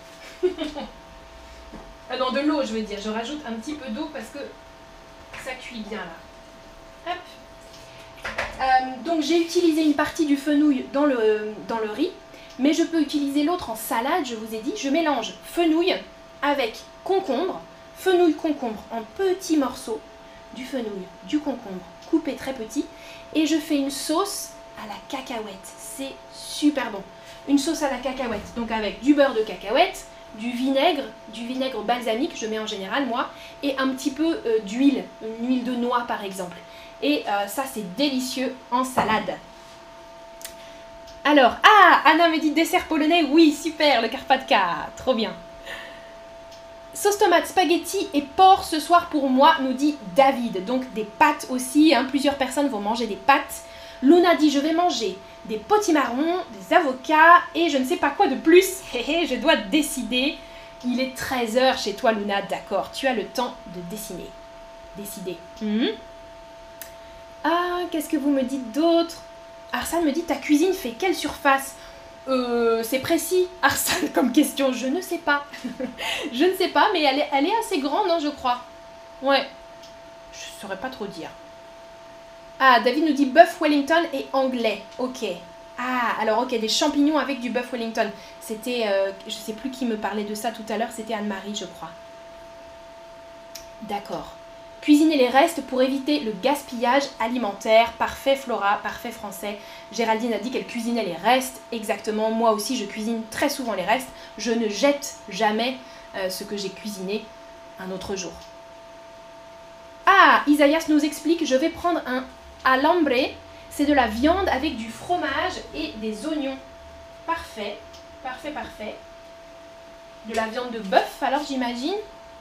Ah non, de l'eau, je veux dire. Je rajoute un petit peu d'eau parce que ça cuit bien là. Hop. Euh, donc j'ai utilisé une partie du fenouil dans le, dans le riz, mais je peux utiliser l'autre en salade, je vous ai dit. Je mélange fenouil avec concombre, fenouil concombre en petits morceaux, du fenouil, du concombre coupé très petit, et je fais une sauce à la cacahuète. C'est super bon. Une sauce à la cacahuète, donc avec du beurre de cacahuète, du vinaigre, du vinaigre balsamique, je mets en général moi, et un petit peu euh, d'huile, une huile de noix par exemple. Et euh, ça, c'est délicieux en salade. Alors, ah, Anna me dit dessert polonais. Oui, super, le carpaccia. Trop bien. Sauce tomate, spaghetti et porc ce soir pour moi, nous dit David. Donc, des pâtes aussi. Hein, plusieurs personnes vont manger des pâtes. Luna dit, je vais manger des potimarrons, des avocats et je ne sais pas quoi de plus. Je dois décider. Il est treize heures chez toi, Luna. D'accord, tu as le temps de dessiner. Décider. Mmh. Ah, qu'est-ce que vous me dites d'autre? Arsane me dit, ta cuisine fait quelle surface? Euh, c'est précis, Arsane, comme question. Je ne sais pas. Je ne sais pas, mais elle est, elle est assez grande, hein, je crois. Ouais. Je ne saurais pas trop dire. Ah, David nous dit bœuf Wellington et anglais. Ok. Ah, alors ok, des champignons avec du bœuf Wellington. C'était, euh, je ne sais plus qui me parlait de ça tout à l'heure, c'était Anne-Marie, je crois. D'accord. Cuisiner les restes pour éviter le gaspillage alimentaire. Parfait Flora, parfait français. Géraldine a dit qu'elle cuisinait les restes. Exactement, moi aussi je cuisine très souvent les restes. Je ne jette jamais euh, ce que j'ai cuisiné un autre jour. Ah, Isaïas nous explique, je vais prendre un alambre. C'est de la viande avec du fromage et des oignons. Parfait, parfait, parfait. De la viande de bœuf alors j'imagine.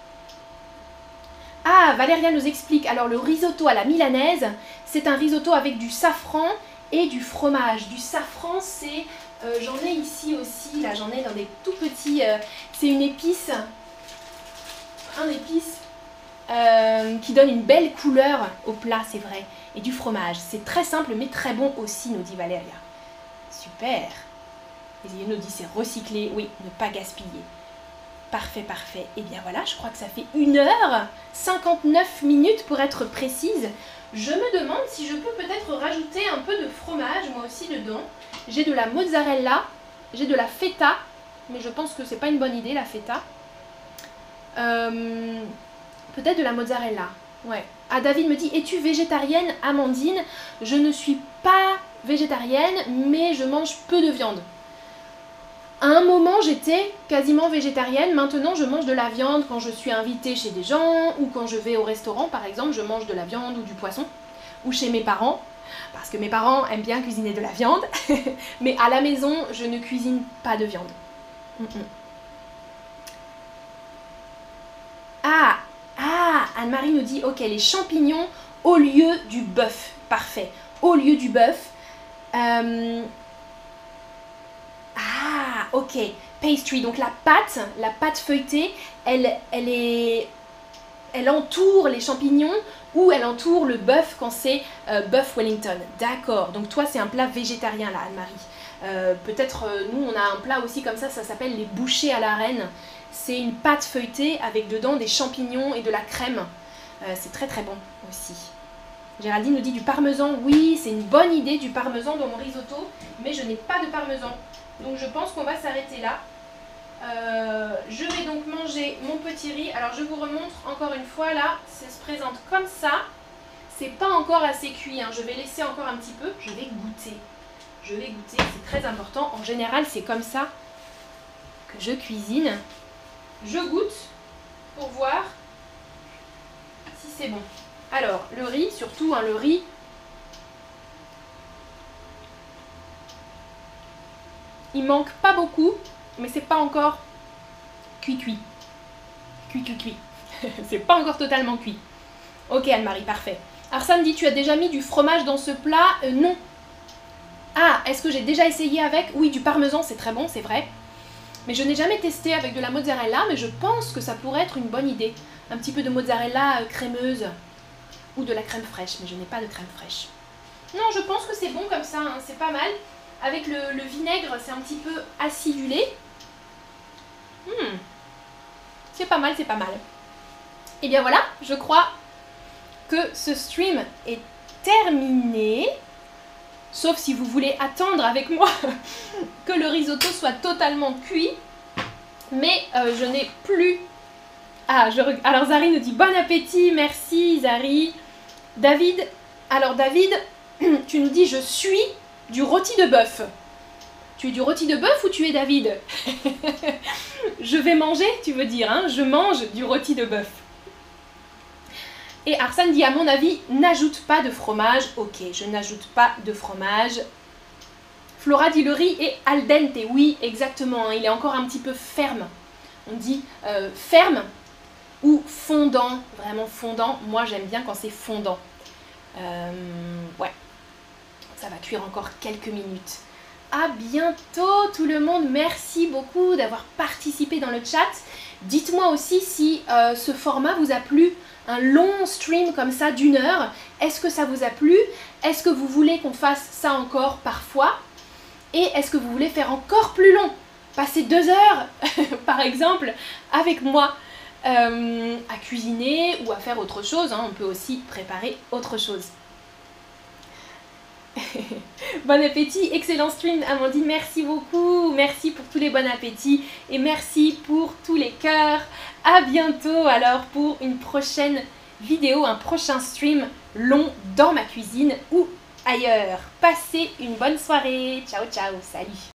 Ah, Valéria nous explique, alors le risotto à la milanaise, c'est un risotto avec du safran et du fromage. Du safran, c'est, euh, j'en ai ici aussi, là j'en ai dans des tout petits, euh, c'est une épice, un épice euh, qui donne une belle couleur au plat, c'est vrai. Et du fromage, c'est très simple mais très bon aussi, nous dit Valéria. Super. Et nous dit c'est recycler, oui, ne pas gaspiller. Parfait, parfait. Et bien voilà, je crois que ça fait une heure cinquante-neuf minutes pour être précise. Je me demande si je peux peut-être rajouter un peu de fromage, moi aussi, dedans. J'ai de la mozzarella, j'ai de la feta, mais je pense que c'est pas une bonne idée, la feta. Euh, peut-être de la mozzarella, ouais. Ah, David me dit, es-tu végétarienne, Amandine? Je ne suis pas végétarienne, mais je mange peu de viande. À un moment, j'étais quasiment végétarienne. Maintenant, je mange de la viande quand je suis invitée chez des gens ou quand je vais au restaurant, par exemple, je mange de la viande ou du poisson ou chez mes parents. parce que mes parents aiment bien cuisiner de la viande, mais à la maison, je ne cuisine pas de viande. Mm -mm. Ah, ah, Anne-Marie nous dit, ok, les champignons au lieu du bœuf. Parfait. Au lieu du bœuf. Euh... Ah, ok. Pastry, donc la pâte, la pâte feuilletée, elle, elle est... Elle entoure les champignons ou elle entoure le bœuf quand c'est euh, bœuf Wellington. D'accord. Donc toi, c'est un plat végétarien là, Anne-Marie. Euh, Peut-être, euh, nous, on a un plat aussi comme ça, ça s'appelle les bouchées à la reine. C'est une pâte feuilletée avec dedans des champignons et de la crème. Euh, c'est très très bon aussi. Géraldine nous dit du parmesan. Oui, c'est une bonne idée du parmesan dans mon risotto, mais je n'ai pas de parmesan. Donc je pense qu'on va s'arrêter là. Euh, je vais donc manger mon petit riz. Alors je vous remontre encore une fois là, ça se présente comme ça. C'est pas encore assez cuit, hein. Je vais laisser encore un petit peu. Je vais goûter. Je vais goûter, c'est très important. En général, c'est comme ça que je cuisine. Je goûte pour voir si c'est bon. Alors, le riz, surtout hein, le riz. Il manque pas beaucoup, mais c'est pas encore cuit cuit. Cuit cuit cuit. C'est pas encore totalement cuit. Ok Anne-Marie, parfait. Arsène dit, tu as déjà mis du fromage dans ce plat? euh, Non. Ah, est-ce que j'ai déjà essayé avec? Oui, du parmesan, c'est très bon, c'est vrai. Mais je n'ai jamais testé avec de la mozzarella, mais je pense que ça pourrait être une bonne idée. Un petit peu de mozzarella crémeuse ou de la crème fraîche, mais je n'ai pas de crème fraîche. Non, je pense que c'est bon comme ça, hein, c'est pas mal. Avec le, le vinaigre, c'est un petit peu acidulé. Hmm. C'est pas mal, c'est pas mal. Et bien voilà, je crois que ce stream est terminé. Sauf si vous voulez attendre avec moi que le risotto soit totalement cuit. Mais euh, je n'ai plus... Ah, je... alors Zari nous dit bon appétit, merci Zari. David, alors David, tu nous dis je suis du rôti de bœuf. Tu es du rôti de bœuf ou tu es David? Je vais manger, tu veux dire, hein? Je mange du rôti de bœuf. Et Arsène dit, à mon avis, n'ajoute pas de fromage. Ok, je n'ajoute pas de fromage. Flora dit, le riz est al dente. Oui, exactement, hein, il est encore un petit peu ferme. On dit euh, ferme ou fondant, vraiment fondant. Moi, j'aime bien quand c'est fondant. Euh, ouais, ça va cuire encore quelques minutes. À bientôt tout le monde. Merci beaucoup d'avoir participé dans le chat. Dites-moi aussi si euh, ce format vous a plu. Un long stream comme ça d'une heure, est-ce que ça vous a plu? Est-ce que vous voulez qu'on fasse ça encore parfois? Et est-ce que vous voulez faire encore plus long? Passer deux heures, par exemple, avec moi euh, à cuisiner ou à faire autre chose, hein. On peut aussi préparer autre chose. Bon appétit, excellent stream Amandine, merci beaucoup, merci pour tous les bons appétits et merci pour tous les cœurs. À bientôt alors pour une prochaine vidéo, un prochain stream long dans ma cuisine ou ailleurs. Passez une bonne soirée, ciao ciao, salut.